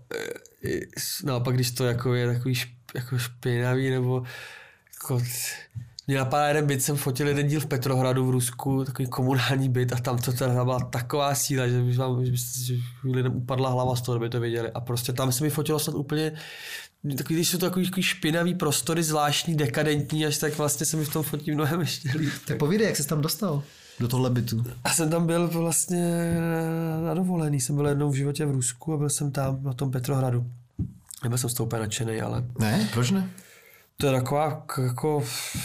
naopak, když to jako je takový šp, jako špinavý nebo jako... Mě napadá jeden byt, jsem fotil jeden díl v Petrohradu v Rusku, takový komunální byt a tam to teda byla taková síla, že by vám, že by, že by lidem upadla hlava z toho, aby to věděli. A prostě tam se mi fotilo snad úplně, takový, když jsou to takový, takový špinavý prostory, zvláštní, dekadentní, až tak vlastně se mi v tom fotí mnohem ještě líp.
Tak povídej, jak jsi tam dostal do tohle bytu?
A jsem tam byl vlastně na dovolený, jsem byl jednou v životě v Rusku a byl jsem tam na tom Petrohradu. Nebyl jsem z toho úplně nadšenej, ale...
Ne, proč ne?
To je taková jako...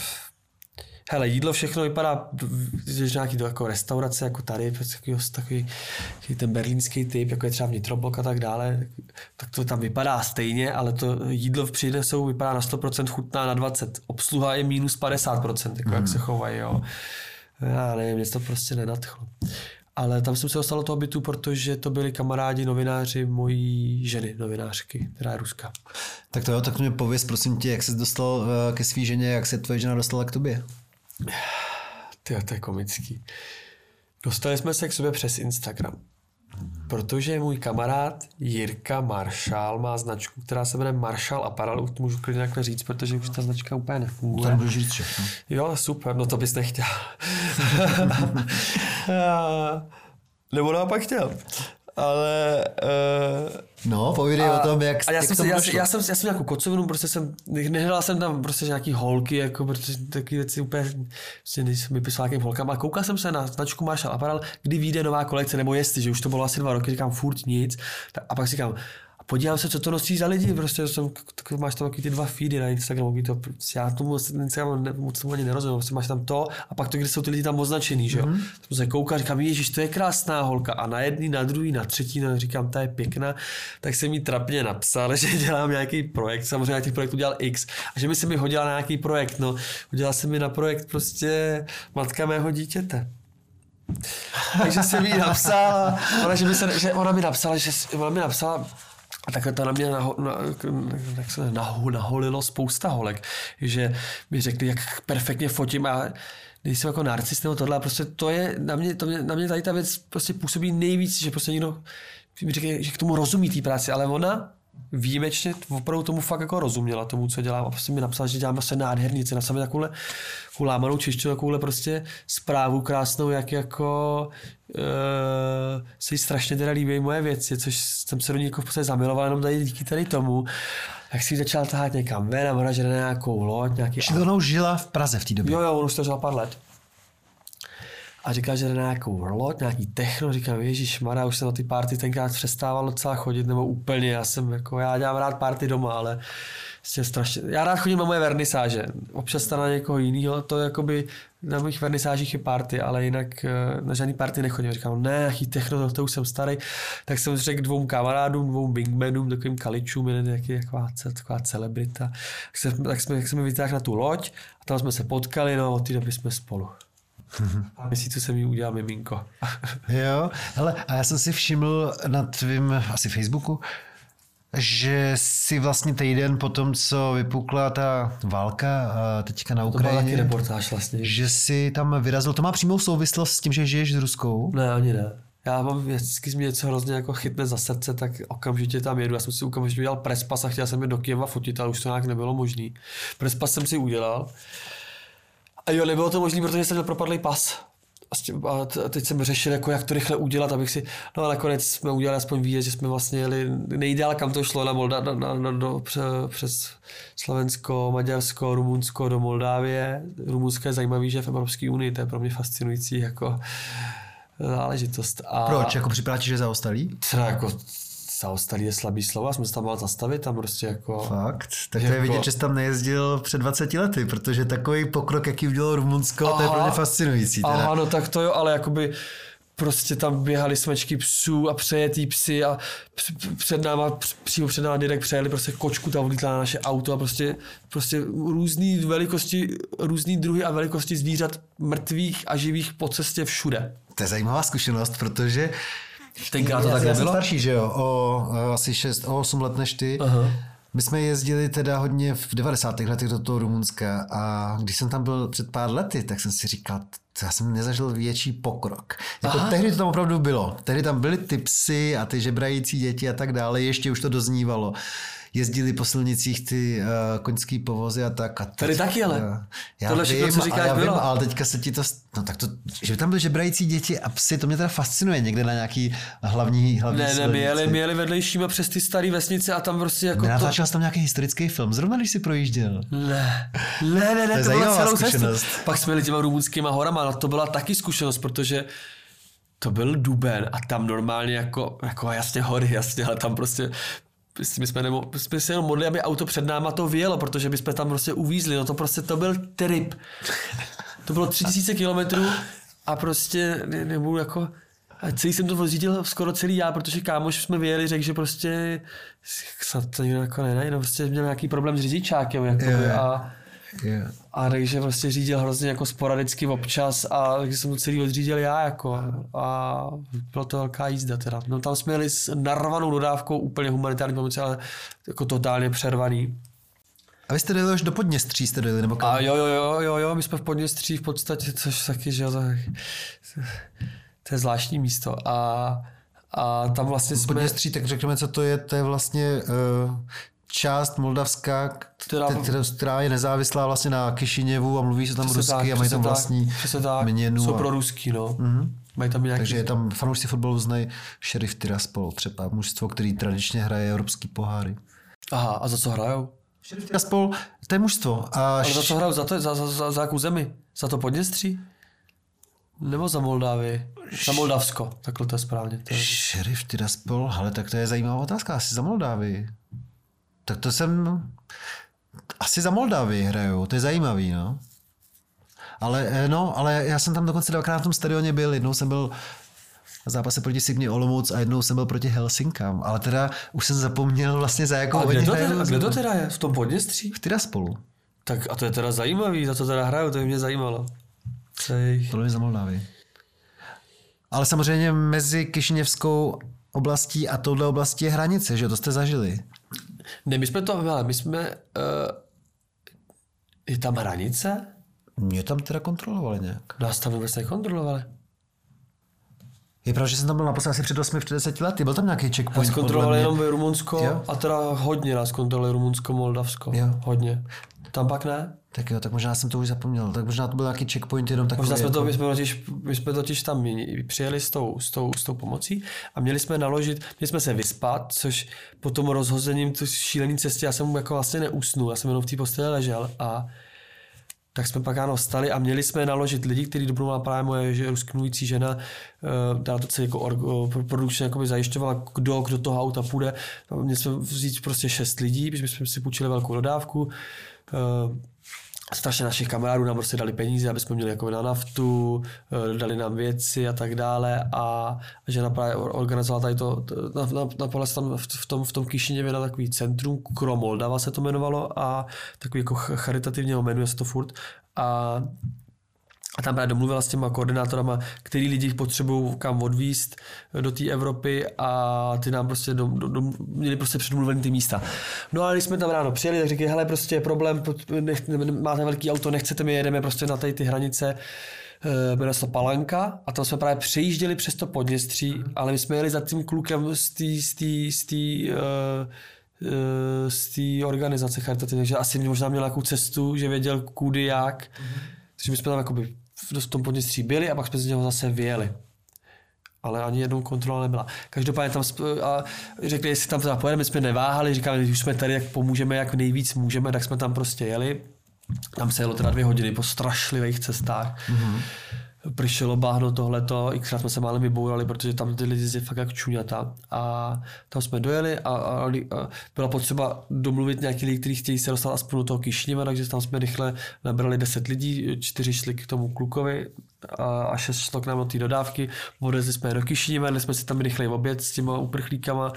Hele, jídlo všechno vypadá, že nějaký to jako restaurace, jako tady, takový, takový, takový ten berlínský typ, jako je třeba Vnitroblok a tak dále, tak to tam vypadá stejně, ale to jídlo v přinesou vypadá na sto procent, chutná na dvacet procent. Obsluha je minus padesát procent, jako mm. jak se chovají, jo. Já nevím, mě to prostě nenadchlo. Ale tam jsem se dostal do toho bytu, protože to byli kamarádi, novináři mojí ženy, novinářky, která je Ruska.
Tak to jo, tak mě pověz, prosím tě, jak jsi dostal ke svý ženě, jak se tvoje žena dostala k tobě?
Tyjo, to je komický. Dostali jsme se k sobě přes Instagram. Protože můj kamarád Jirka Maršál má značku, která se jmenuje Maršál Apparel, to můžu klidně takhle říct, protože už ta značka úplně nefunguje.
Tam můžu říct všechno.
Jo, super, no to bys nechtěl. Nebo naopak chtěl. Ale... Uh,
no, povídej o tom, jak,
a já
jak
jsem,
tomu
já,
došlo.
já, jsem, já jsem nějakou kocovinu, prostě jsem, nehledal jsem tam prostě nějaký holky, jako, protože taky věci úplně, prostě nejsem vypisoval nějakým holkám, ale koukal jsem se na značku Maršál Apparel, kdy vyjde nová kolekce, nebo jestli, že už to bylo asi dva roky, říkám furt nic, a pak si říkám, a podívám se, co to nosí za lidi, prostě jsem, máš tam ty dva feedy na Instagramu, to, já tomu Instagramu ne, moc tomu ani nerozumím, prostě máš tam to a pak to, kde jsou ty lidi tam označený, že jo. Mm-hmm. Jsem se koukal, říkám, ježiš, to je krásná holka a na jedný, na druhý, na třetí, no, říkám, ta je pěkná, tak jsem jí trapně napsal, že dělám nějaký projekt, samozřejmě já těch projektů dělal X a že mi se mi hodila na nějaký projekt, no, hodila se mi na projekt prostě matka mého dítěte. Takže jsem jí napsal, ona, že, mi se, že ona mi napsala, že ona mi napsala, a takhle to na mě naho, na, tak se naho, naholilo spousta holek, že mi řekli, jak perfektně fotím a nejsem jako narcist nebo tohle, a prostě to je, na mě, to mě, na mě tady ta věc prostě působí nejvíc, že prostě někdo mi řekne, že k tomu rozumí té práci, ale ona výjimečně opravdu tomu fakt jako rozuměla tomu, co dělám a prostě mi napsala, že dělám vlastně nádhernice, napsala mi takovouhle lámanou češtinu, takovouhle prostě zprávu krásnou, jak jako uh, se jí strašně teda líbí moje věci, což jsem se do ní jako v podstatě zamiloval jenom tady díky tady tomu. Jak si začal tahat někam ven a ona žene na nějakou loď, nějaký...
Či ona už žila v Praze v té době?
Jo, jo, on už to žila pár let. A říká, že jde na nějakou loď, nějaký techno, říkám, ježišmarja, už jsem na ty party tenkrát přestával docela chodit, nebo úplně, já jsem jako, já dělám rád party doma, ale vlastně strašně, já rád chodím na moje vernisáže, občas tam na někoho jinýho, to jakoby na mých vernisážích je party, ale jinak na žádný party nechodím, říkám, ne, nějaký techno, to, to už jsem starý, tak jsem řekl dvou kamarádům, dvou bingmanům, takovým kaličům, jeden jaký, taková, taková celebrita, tak, se, tak jsme, tak jsme vytáhli na tu loď a tam jsme se potkali, no a od té doby jsme spolu. A měsíců jsem jí udělal miminko.
Jo, hele, a já jsem si všiml na tvým asi Facebooku, že si vlastně týden po tom, co vypukla ta válka teďka na Ukrajině,
to byl taky reportáž vlastně.
Že si tam vyrazil, to má přímou souvislost s tím, že žiješ s Ruskou?
Ne, ani ne. Já mám vždycky mě něco hrozně jako chytne za srdce, tak okamžitě tam jedu. Já jsem si okamžitě udělal prespas a chtěl jsem jít do Kyjeva fotit, ale už to nějak nebylo možný. Prespas jsem si udělal. A jo, nebylo to možné, protože jsem měl propadlý pas. A teď jsem řešil, jako jak to rychle udělat, abych si... No a nakonec jsme udělali aspoň výjezd, že jsme vlastně jeli nejdál, kam to šlo, na Molda, na, na, na, do, pře, přes Slovensko, Maďarsko, Rumunsko do Moldávie. Rumunsko je zajímavý, že v Evropské unii, to je pro mě fascinující jako záležitost. A
proč? Jako připadá ti, že je zaostalý?
Třeba jako zaostalý je slabý slovo, já jsem se tam mal zastavit, tam prostě jako...
Fakt? Tak
jako,
to je vidět, že jsi tam nejezdil před dvaceti lety, protože takový pokrok, jaký udělalo Rumunsko, aha, to je pro mě fascinující. Teda.
Aha, no tak to jo, ale jakoby prostě tam běhali smečky psů a přejetý psy a před náma, přímo před náma Direk přejeli prostě kočku, ta vlítla na naše auto a prostě, prostě různý velikosti, různý druhy a velikosti zvířat mrtvých a živých po cestě všude.
To je zajímavá zkušenost, protože
tenkrát to tak nebylo?
Já jsem starší, že jo, o asi šest, o osm let než ty. Aha. My jsme jezdili teda hodně v devadesátých letech do toho Rumunska a když jsem tam byl před pár lety, tak jsem si říkal, já jsem nezažil větší pokrok. Jako tehdy to tam opravdu bylo. Tehdy tam byly ty psy a ty žebrající děti a tak dále, ještě už to doznívalo. Jezdili po silnicích ty uh, koňský povozy a tak. A teď,
tady taky, ale.
Uh, já
tohle
vím,
všechno, co říkáš,
já
bylo.
Vím, ale teďka se ti to... No tak to, že tam byly žebrající děti a psy, to mě teda fascinuje někde na nějaký hlavní hlavní
Ne, ne, my jeli, my jeli vedlejšíma přes ty staré vesnice a tam prostě jako
Nenatáčel jsi tam nějaký historický film, zrovna když jsi projížděl.
Ne, ne, ne, ne to, to byla celou
zkušenost.
cestu. Pak jsme jeli těma rumunskýma horama, no to byla taky zkušenost, protože to byl duben a tam normálně jako, jako jasně hory, jasně, ale tam prostě my jsme, nemo, jsme se jenom modlili, aby auto před náma to vyjelo, protože bychom tam prostě uvízli, no to prostě to byl trip. To bylo tři tisíce kilometrů a prostě ne, nebudu jako... A celý jsem to vyřídil skoro celý já, protože kámoš jsme vyjeli, řekl, že prostě snad to nikdo jako nenajde, no prostě měl nějaký problém s řidičákem jakoby, yeah. a Yeah. A takže prostě řídil hrozně jako sporadicky občas a takže jsem to celý odřídil já jako a byla to velká jízda teda. No tam jsme jeli s narvanou dodávkou úplně humanitární pomoci, ale jako totálně přervaný.
A vy jste dojeli už do Podněstří, jste dojeli, nebo kam?
A jo, jo, jo, jo, jo, my jsme v Podněstří v podstatě, což taky, že jo, to, to je zvláštní místo. A, a tam vlastně jsme...
Podněstří, tak řekněme, co to je, to je vlastně uh, část Moldavska, která, která je nezávislá vlastně na Kišiněvu a mluví se tam rusky tak, a mají tam vlastní
tak,
měnu.
Jsou
a...
pro ruský, no.
Mm-hmm.
Mají tam nějaký...
Takže je tam fanoušci fotbalu znají Sheriff Tiraspol, třeba mužstvo, který tradičně hraje evropský poháry.
Aha, a za co hrajou?
Sheriff Tiraspol, to je mužstvo. A
ale za co hrajou? Za, to, za, za, za, za jakou zemi? Za to Podněstří? Nebo za Moldávii? Za Moldavsko, takhle to je správně. To je...
Sheriff Tiraspol, ale tak to je zajímavá otázka, asi za Moldávii. Tak to jsem... Asi za Moldávii hrajou, to je zajímavý, no. Ale, no, ale já jsem tam dokonce dvakrát v tom stadioně byl, jednou jsem byl na zápase proti Signě Olomouc a jednou jsem byl proti Helsinkám, ale teda už jsem zapomněl vlastně za jakou...
A kde to, teda, kde to teda je? V tom Podněstří?
V Tiraspolu.
Tak a to je teda zajímavý, za co teda hrajou, to by mě zajímalo. Cej.
To je za Moldávii. Ale samozřejmě mezi Kišiněvskou oblastí a touhle oblastí je hranice, že jo, to jste zažili.
Ne, my jsme to, ale my jsme, uh, je tam hranice?
Mě tam teda kontrolovali nějak.
Nás tam vůbec nekontrolovali.
Je pravda, že jsem tam byl naposledy asi před osmi, před deseti lety. Byl tam nějaký checkpoint?
Nás kontrolovali jenom Rumunsko jo? A teda hodně nás kontrolovali Rumunsko, Moldavsko. Jo. Hodně. Tam pak ne?
Tak jo, tak možná jsem to už zapomněl. Tak možná to byl nějaký checkpoint jenom takový.
Možná jsme
jako...
to, my jsme totiž, my jsme totiž tam přijeli s tou, s, tou, s tou pomocí a měli jsme naložit, měli jsme se vyspat, což po tom rozhozením tu šílený cestě já jsem jako vlastně neusnul, já jsem jenom v té posteli ležel a tak jsme pak ráno vstali a měli jsme naložit lidi, kteří dobrovolná právě moje že, rusknující žena dala to celé jako produkčně jako zajišťovala, kdo, kdo toho auta půjde. Měli jsme vzít prostě šest lidí, protože jsme si půjčili velkou dodávku. Strašně našich kamarádů nám prostě dali peníze, aby jsme měli jako na naftu, dali nám věci a tak dále a žena právě organizovala tady to, na, na, na tam v tom, v tom Kišiněvě na takový centrum, Kro Moldava se to jmenovalo a takový jako charitativně jmenuje se to furt a A tam právě domluvila s těma koordinátorama, který lidi potřebují kam odvízt do té Evropy a ty nám prostě dom, dom, měli prostě předmluvený ty místa. No a když jsme tam ráno přijeli, tak říkají, hele, prostě je problém, nech, máte velký auto, nechcete mi, jedeme prostě na tady ty hranice, jmenuje se to Palanka a tam jsme právě přejížděli přes to Podněstří, ale my jsme jeli za tím klukem z té z té z té z té organizace charitativní, že asi možná měl nějakou cestu, že věděl kudy jak. Takže my jsme tam jakoby v tom Podněstří byli a pak jsme z něho zase vyjeli. Ale ani jednou kontrola nebyla. Každopádně tam a řekli, jestli tam teda pojedeme, my jsme neváhali, říkali, když už jsme tady, jak pomůžeme, jak nejvíc můžeme, tak jsme tam prostě jeli. Tam se jelo teda dvě hodiny po strašlivých cestách. Mm-hmm. Pršelo bahno tohleto, xkrát jsme se málem vybourali, protože tam ty lidi je fakt jak čuňata. A tam jsme dojeli a, a, a byla potřeba domluvit nějaký lidi, kteří chtějí se dostat aspoň do toho Kišiněva, takže tam jsme rychle nabrali deset lidí, čtyři šli k tomu klukovi a, a šest šlo k nám do té dodávky. Odvezli jsme do Kišiněva, jeli jsme si tam rychlej oběd s těma uprchlíkama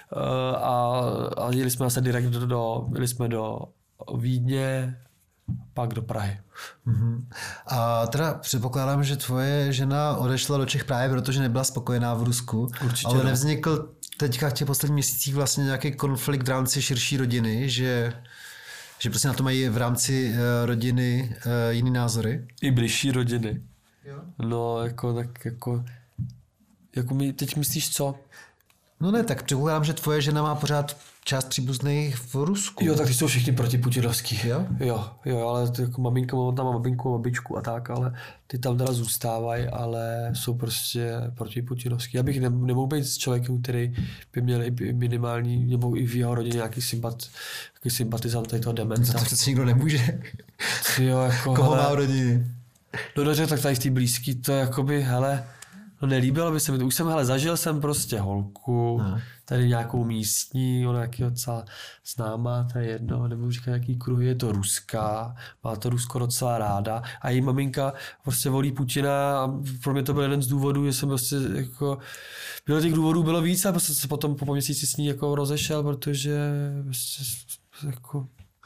a, a jeli jsme zase direkt do, do, jeli jsme do Vídně, pak do Prahy.
Mm-hmm. A teda předpokládám, že tvoje žena odešla do Čech právě, protože nebyla spokojená v Rusku.
Určitě
ale
no.
Nevznikl teďka v těch posledních měsících vlastně nějaký konflikt v rámci širší rodiny, že, že prostě na to mají v rámci uh, rodiny uh, jiný názory?
I bližší rodiny.
Jo.
No, jako tak jako, jako mi, teď myslíš co?
No ne, tak předpokládám, že tvoje žena má pořád část příbuzných v Rusku.
Jo, tak ty jsou všichni protiputinovský.
Jo?
Jo, jo, ale ty jako maminka, mám tam maminku, babičku a tak, ale ty tam teda zůstávají, ale jsou prostě protiputinovský. Já bych ne, nemohl být s člověkem, který by měl i minimální, nebo i v jeho rodině nějaký, sympat, nějaký sympatizant tady toho dementa.
To přece nikdo nemůže.
Jo, jako,
koho
hele,
má v rodině?
No dobře, tak tady v té blízký, to jakoby, hele, no nelíbilo by se mi to. Už jsem, hele, zažil jsem prostě holku, no. Tady nějakou místní, ona nějaký docela známá, to je jedno, nebudu říkat, jaký kruh, je to ruská, má to Rusko docela ráda a její maminka prostě volí Putina a pro mě to byl jeden z důvodů, že jsem prostě jako, bylo těch důvodů bylo víc a prostě se potom po měsíci s ní jako rozešel, protože prostě jako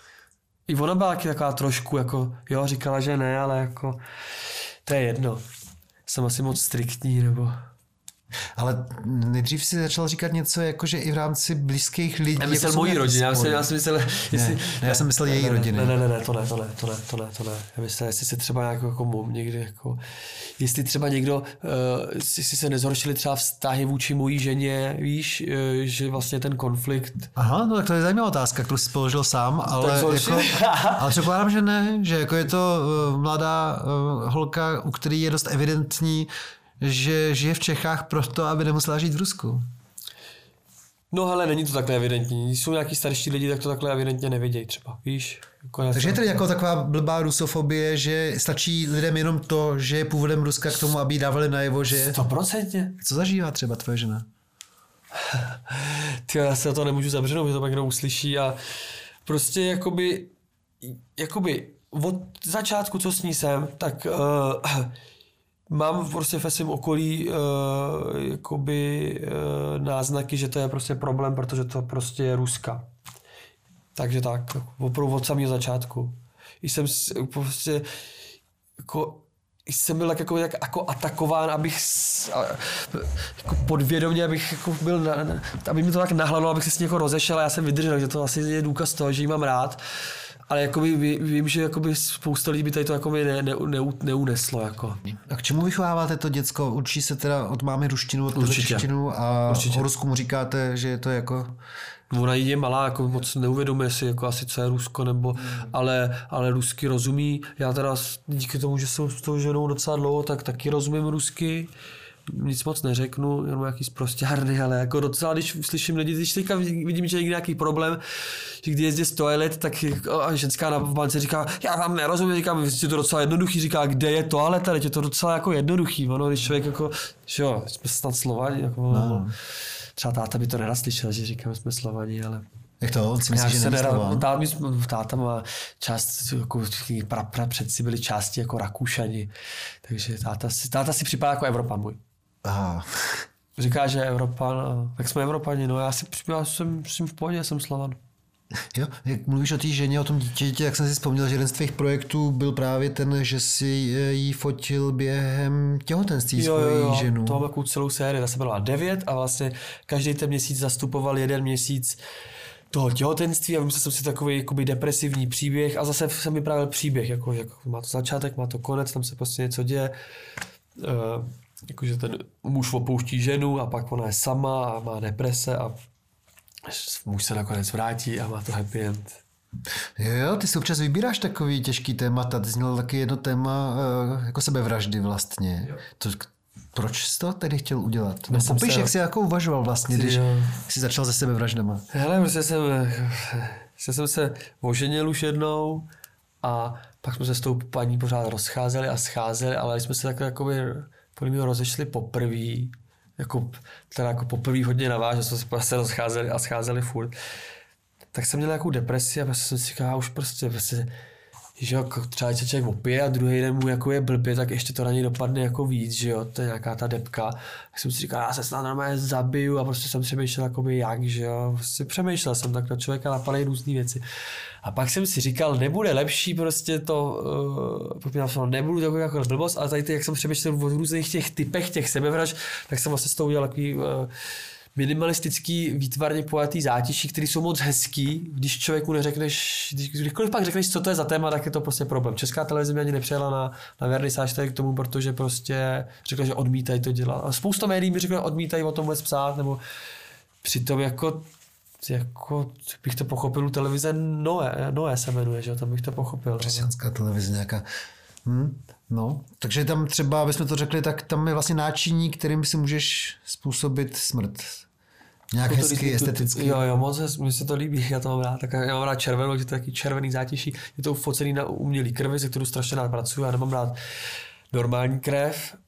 i ona byla taková trošku jako, jo, říkala, že ne, ale jako to je jedno. Jsem asi moc striktní, nebo...
Ale nejdřív si začal říkat něco, jako že i v rámci blízkých lidí.
Já myslel
jako
mojí rodině, já jsem, já jsem myslel, jestli...
Ne, ne, já jsem myslel její
ne,
rodiny.
Ne, ne, ne, ne, to ne, to ne, to ne, to ne, to ne. Já myslel, jestli se třeba nějak jako mum někdy jako... Jestli třeba někdo, uh, jestli se nezhoršili třeba vztahy vůči mojí ženě, víš, uh, že vlastně ten konflikt...
Aha, no tak to je zajímavá otázka, kterou jsi položil sám, ale, jako, ale předpokládám, že ne, že jako je to uh, mladá uh, holka, u který je dost evidentní, že žije v Čechách proto, aby nemusela žít v Rusku.
No hele, není to takhle evidentní. Když jsou nějaký starší lidi, tak to takhle evidentně nevidějí třeba, víš? Jako
Takže je to jako taková blbá rusofobie, že stačí lidem jenom to, že je původem Ruska k tomu, aby jí dávali najevo, že...
sto procent.
Co zažívá třeba tvoje žena?
Ty, já se to nemůžu zabřenout, že to pak někdo uslyší a prostě jakoby, jakoby od začátku, co s ní jsem, tak uh, mám prostě ve svém okolí uh, jakoby uh, náznaky, že to je prostě problém, protože to prostě je Ruska. Takže tak, opravdu od samého začátku. Jsem prostě jako jsem byl tak jako, jak, jako atakován, abych s, a, jako podvědomě, abych jako byl, na, na, aby mi to tak nahladlo, abych se s ní jako rozešel a já jsem vydržel, že to asi je důkaz toho, že jí mám rád. Ale jakoby vím, že jakoby spousta lidí by tady to jakoby ne, ne, ne, neuneslo. Jako.
A k čemu vychováváte to děcko? Učí se teda od mámy ruštinu, od tebe češtinu a Určitě. O Rusku mu říkáte, že je to jako...
Ona je malá, jako moc neuvědomuje si jako asi, co je Rusko, nebo, mm. ale, ale rusky rozumí. Já teda díky tomu, že jsem s tou ženou docela dlouho, tak taky rozumím rusky. Nic moc neřeknu, jenom nějaký zprostěrny, ale jako docela, když slyším lidi, když teďka vidím, že je nějaký problém, že když jezdí z toalet, tak ženská na bance říká, já vám nerozumím, říkám, je to docela jednoduchý, říká, kde je toaleta, je to docela jako jednoduchý, ono, když člověk jako, že jo, jsme snad Slovani, jako, no. Třeba táta by to nerad slyšel, že říkáme, jsme Slovani, ale...
Jak to? On si myslí, že není Slovan?
Táta, táta má část, jako pra, pra předci byli části jako Rakušani, takže táta si, táta si připadá jako Evropan můj.
Aha.
Říká, že je Evropan, a tak jsme Evropani, no já si já jsem, jsem v pohodě, jsem Slovan.
Jo, jak mluvíš o té ženě, o tom dítěti, jak jsem si vzpomněl, že jeden z tvých projektů byl právě ten, že si jí fotil během těhotenství svoji ženu.
To mám takovou celou sérii, ta se byla devět a vlastně každý ten měsíc zastupoval jeden měsíc toho těhotenství a vymyslel jsem si takový jakoby depresivní příběh a zase jsem vyprávěl příběh, jako, jako má to začátek, má to konec, tam se prostě něco děje. Uh, jakože ten muž opouští ženu a pak ona je sama a má deprese a muž se nakonec vrátí a má to happy end.
Jo, jo, ty si občas vybíráš takový těžký témata. Ty jsi měl taky jedno téma jako sebevraždy vlastně. To, proč jsi to tedy chtěl udělat? No, popiš, se... jak jsi jako uvažoval vlastně, když jo. jsi začal se sebevraždama.
Hele, prostě jsem, jsem se oženil už jednou a pak jsme se s tou paní pořád rozcházeli a scházeli, ale jsme se takhle jakoby podle mě rozešli poprvé. Jako, teda jako poprvé hodně naváž, že jsme se prostě rozcházeli a scházeli furt. Tak jsem měl nějakou depresi a prostě jsem si říkal, už prostě, prostě že jo, třeba člověk opije a druhý den mu jako je blbě, tak ještě to na něj dopadne jako víc, že jo, to je nějaká ta depka. Tak jsem si říkal, já se snad normálně zabiju a prostě jsem přemýšlel jakoby jak, že jo, prostě přemýšlel jsem tak na člověka napadají různý věci. A pak jsem si říkal, nebude lepší prostě to, uh, nebudu takový jako blbost, ale tady ty, jak jsem přemýšlel o různých těch typech těch sebevražd, tak jsem vlastně s tou udělal takový uh, minimalistický, výtvarně pojatý zátiší, který jsou moc hezký. Když člověku neřekneš, když, kdykoliv pak řekneš, co to je za téma, tak je to prostě problém. Česká televize mě ani nepřijela na, na vernisáž tady k tomu, protože prostě řekla, že odmítají to dělat. A spousta médií mi řekla, že odmítají o tom vůbec psát, nebo přitom jako, jako bych to pochopil u televize Noé, Noé se jmenuje, že tam bych to pochopil.
Křesťanská televize nějaká. Hm, no, takže tam třeba, abychom to řekli, tak tam je vlastně náčiní, kterým si můžeš způsobit smrt. Nějak to hezky, esteticky.
Jo, jo, moc hezky, mně se to líbí, já to mám rád. Tak já mám rád červenou, že to je taky červený zátiší. Je to ufocený na umělý krvi, se kterou strašně rád pracuji. Já nemám rád normální krev.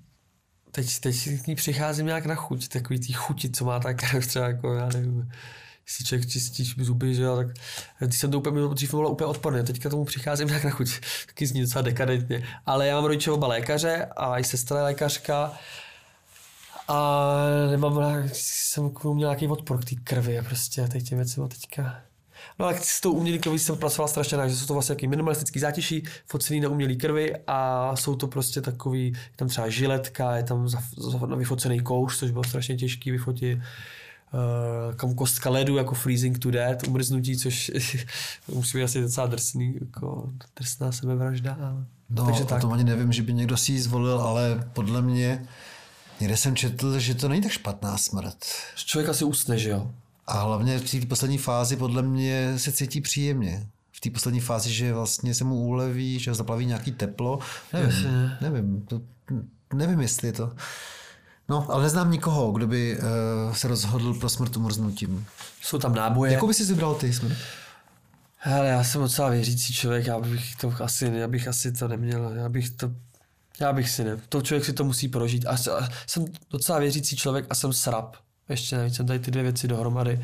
Teď, teď si k ní přicházím nějak na chuť, takový tý chuti, co má ta krev, třeba jako, já nevím, si člověk čistí zuby, že jo, tak když jsem to úplně, dřív bylo úplně odporné, teďka tomu přicházím nějak na chuť, taky zní docela dekadentně. Ale já mám rodiče oba lékaře a i sestra je lékařka a nemám, jsem měl nějaký odpor k té krvi a prostě teď těm věcem teďka. No ale s tou umělý krví jsem pracoval strašně rád, že jsou to vlastně jaký minimalistický zátiší, focený jsem pracoval strašně rád, že jsou to vlastně jaký minimalistický zátiší, focený na umělý krvi a jsou to prostě takový, je tam třeba žiletka, je tam za, za, vyfocený kouř, což bylo strašně těžký vyfotit. Uh, kam kostka ledu jako freezing to death, umrznutí, což musí být asi docela drsný, jako drsná sebevražda. Ale...
No, Takže o tak. tom ani nevím, že by někdo si ji zvolil, ale podle mě někde jsem četl, že to není tak špatná smrt.
Člověk asi usne, že jo?
A hlavně v té poslední fázi podle mě se cítí příjemně. V té poslední fázi, že vlastně se mu uleví, že ho zaplaví nějaký teplo. Nevím, Jasně. nevím, to, nevím, jestli je to... No, ale neznám nikoho, kdo by uh, se rozhodl pro smrt umrznutím.
Jsou tam náboje.
Jakou by si vybral ty smrt?
Hele, já jsem docela věřící člověk, já bych to asi, já bych asi to neměl, já bych to, já bych si ne. To člověk si to musí prožít. A jsem docela věřící člověk a jsem srab. Ještě navíc jsem tady ty dvě věci dohromady.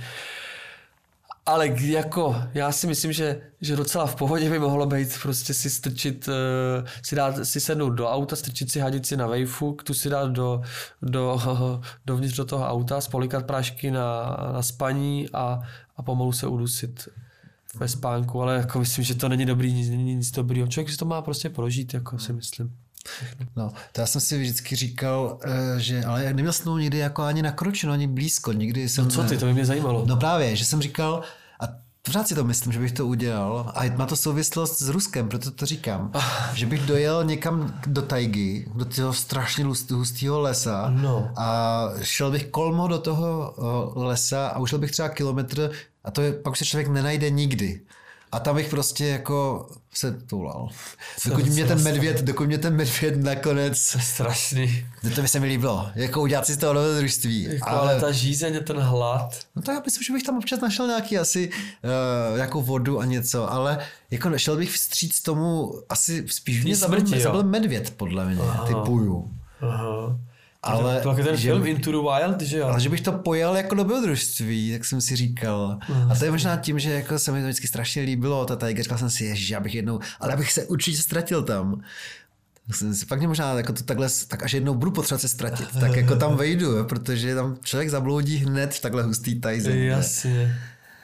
Ale jako, já si myslím, že, že docela v pohodě by mohlo být prostě si strčit, uh, si dát, si sednout do auta, strčit si hadici na vejfuk, tu si dát do, do, dovnitř do toho auta, spolikat prášky na, na spaní a, a pomalu se udusit ve spánku, ale jako myslím, že to není dobrý, nic, není nic dobrýho. Člověk si to má prostě prožít, jako si myslím.
No, to já jsem si vždycky říkal, že ale neměl jsem to nikdy jako ani nakročeno, ani blízko, nikdy jsem...
No co ty, to by mě zajímalo.
No právě, že jsem říkal, a pořád si to myslím, že bych to udělal, a má to souvislost s Ruskem, proto to říkám, ah. že bych dojel někam do tajgy, do toho strašně hustého lesa
no.
a šel bych kolmo do toho lesa a ušel bych třeba kilometr a to je, pak už se člověk nenajde nikdy. A tam bych prostě jako se toulal. Dokud mě ten medvěd, dokud mě ten medvěd nakonec...
Strašný.
To by se mi líbilo. Jako udělat si z toho dobrodružství.
Jako, ale... ale ta žízeň, ten hlad.
No tak já myslím, že bych tam občas našel nějaký asi uh, jako vodu a něco, ale jako šel bych vstříc tomu asi spíš mě zabil medvěd podle mě, Aha. typuju.
Aha.
Ale
to je ten že, film Into the Wild, že jo?
Ale že bych to pojal jako dobrodružství, tak jsem si říkal. Mm. A to je možná tím, že jako se mi to vždycky strašně líbilo, ta tajga, říkal jsem si, ježiš, já bych jednou, ale abych se určitě ztratil tam. Tak jsem si pak mě možná jako to takhle, tak až jednou budu potřebovat se ztratit, tak jako tam vejdu, protože tam člověk zabloudí hned v takhle hustý tajze.
Jasně.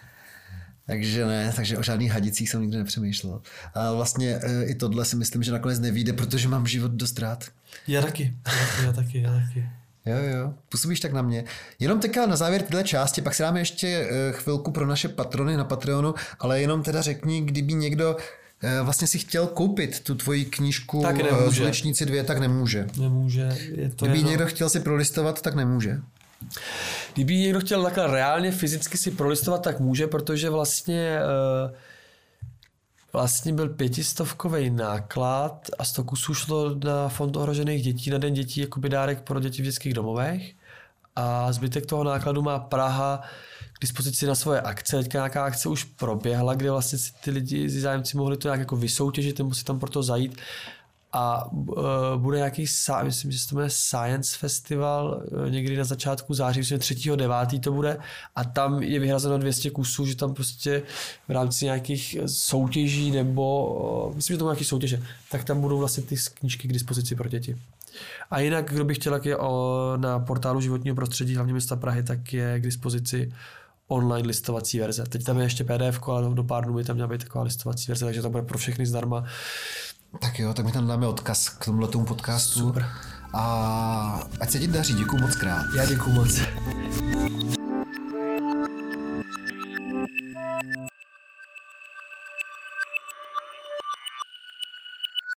Takže ne, takže o žádných hadicích jsem nikdy nepřemýšlel. A vlastně i tohle si myslím, že nakonec nevyjde, protože mám život dost rád.
Já taky, já taky, já taky.
Jo, jo, působíš tak na mě. Jenom teďka na závěr tyhle části, pak si dáme ještě chvilku pro naše patrony na Patreonu, ale jenom teda řekni, kdyby někdo vlastně si chtěl koupit tu tvoji knížku Zulečníci dvě, tak nemůže.
Nemůže. Je to
kdyby
jenom...
někdo chtěl si prolistovat, tak nemůže.
Kdyby někdo chtěl takhle reálně fyzicky si prolistovat, tak může, protože vlastně vlastně byl pětistovkový náklad a sto kusů šlo na fond ohrožených dětí, na den dětí, jakoby dárek pro děti v dětských domovech a zbytek toho nákladu má Praha k dispozici na svoje akce. Teďka nějaká akce už proběhla, kde vlastně si ty lidi, zájemci mohli to nějak jako vysoutěžit, musí tam proto zajít. A uh, bude nějaký, myslím, že se to jmenuje Science Festival, uh, někdy na začátku září, myslím, třetího devátého to bude a tam je vyhrazeno dvě stě kusů, že tam prostě v rámci nějakých soutěží nebo, uh, myslím, že to bude nějaký soutěže, tak tam budou vlastně ty knížky k dispozici pro děti. A jinak, kdo by chtěl, jak je o, na portálu životního prostředí hlavně města Prahy, tak je k dispozici online listovací verze. Teď tam je ještě P D F, ale do pár dnů by tam měla být taková listovací verze, takže to bude pro všechny zdarma.
Tak jo, tak my tam dáme odkaz k tomuhletomu podcastu.
Super.
A ať se ti daří, děkuju moc krát.
Já děkuju moc.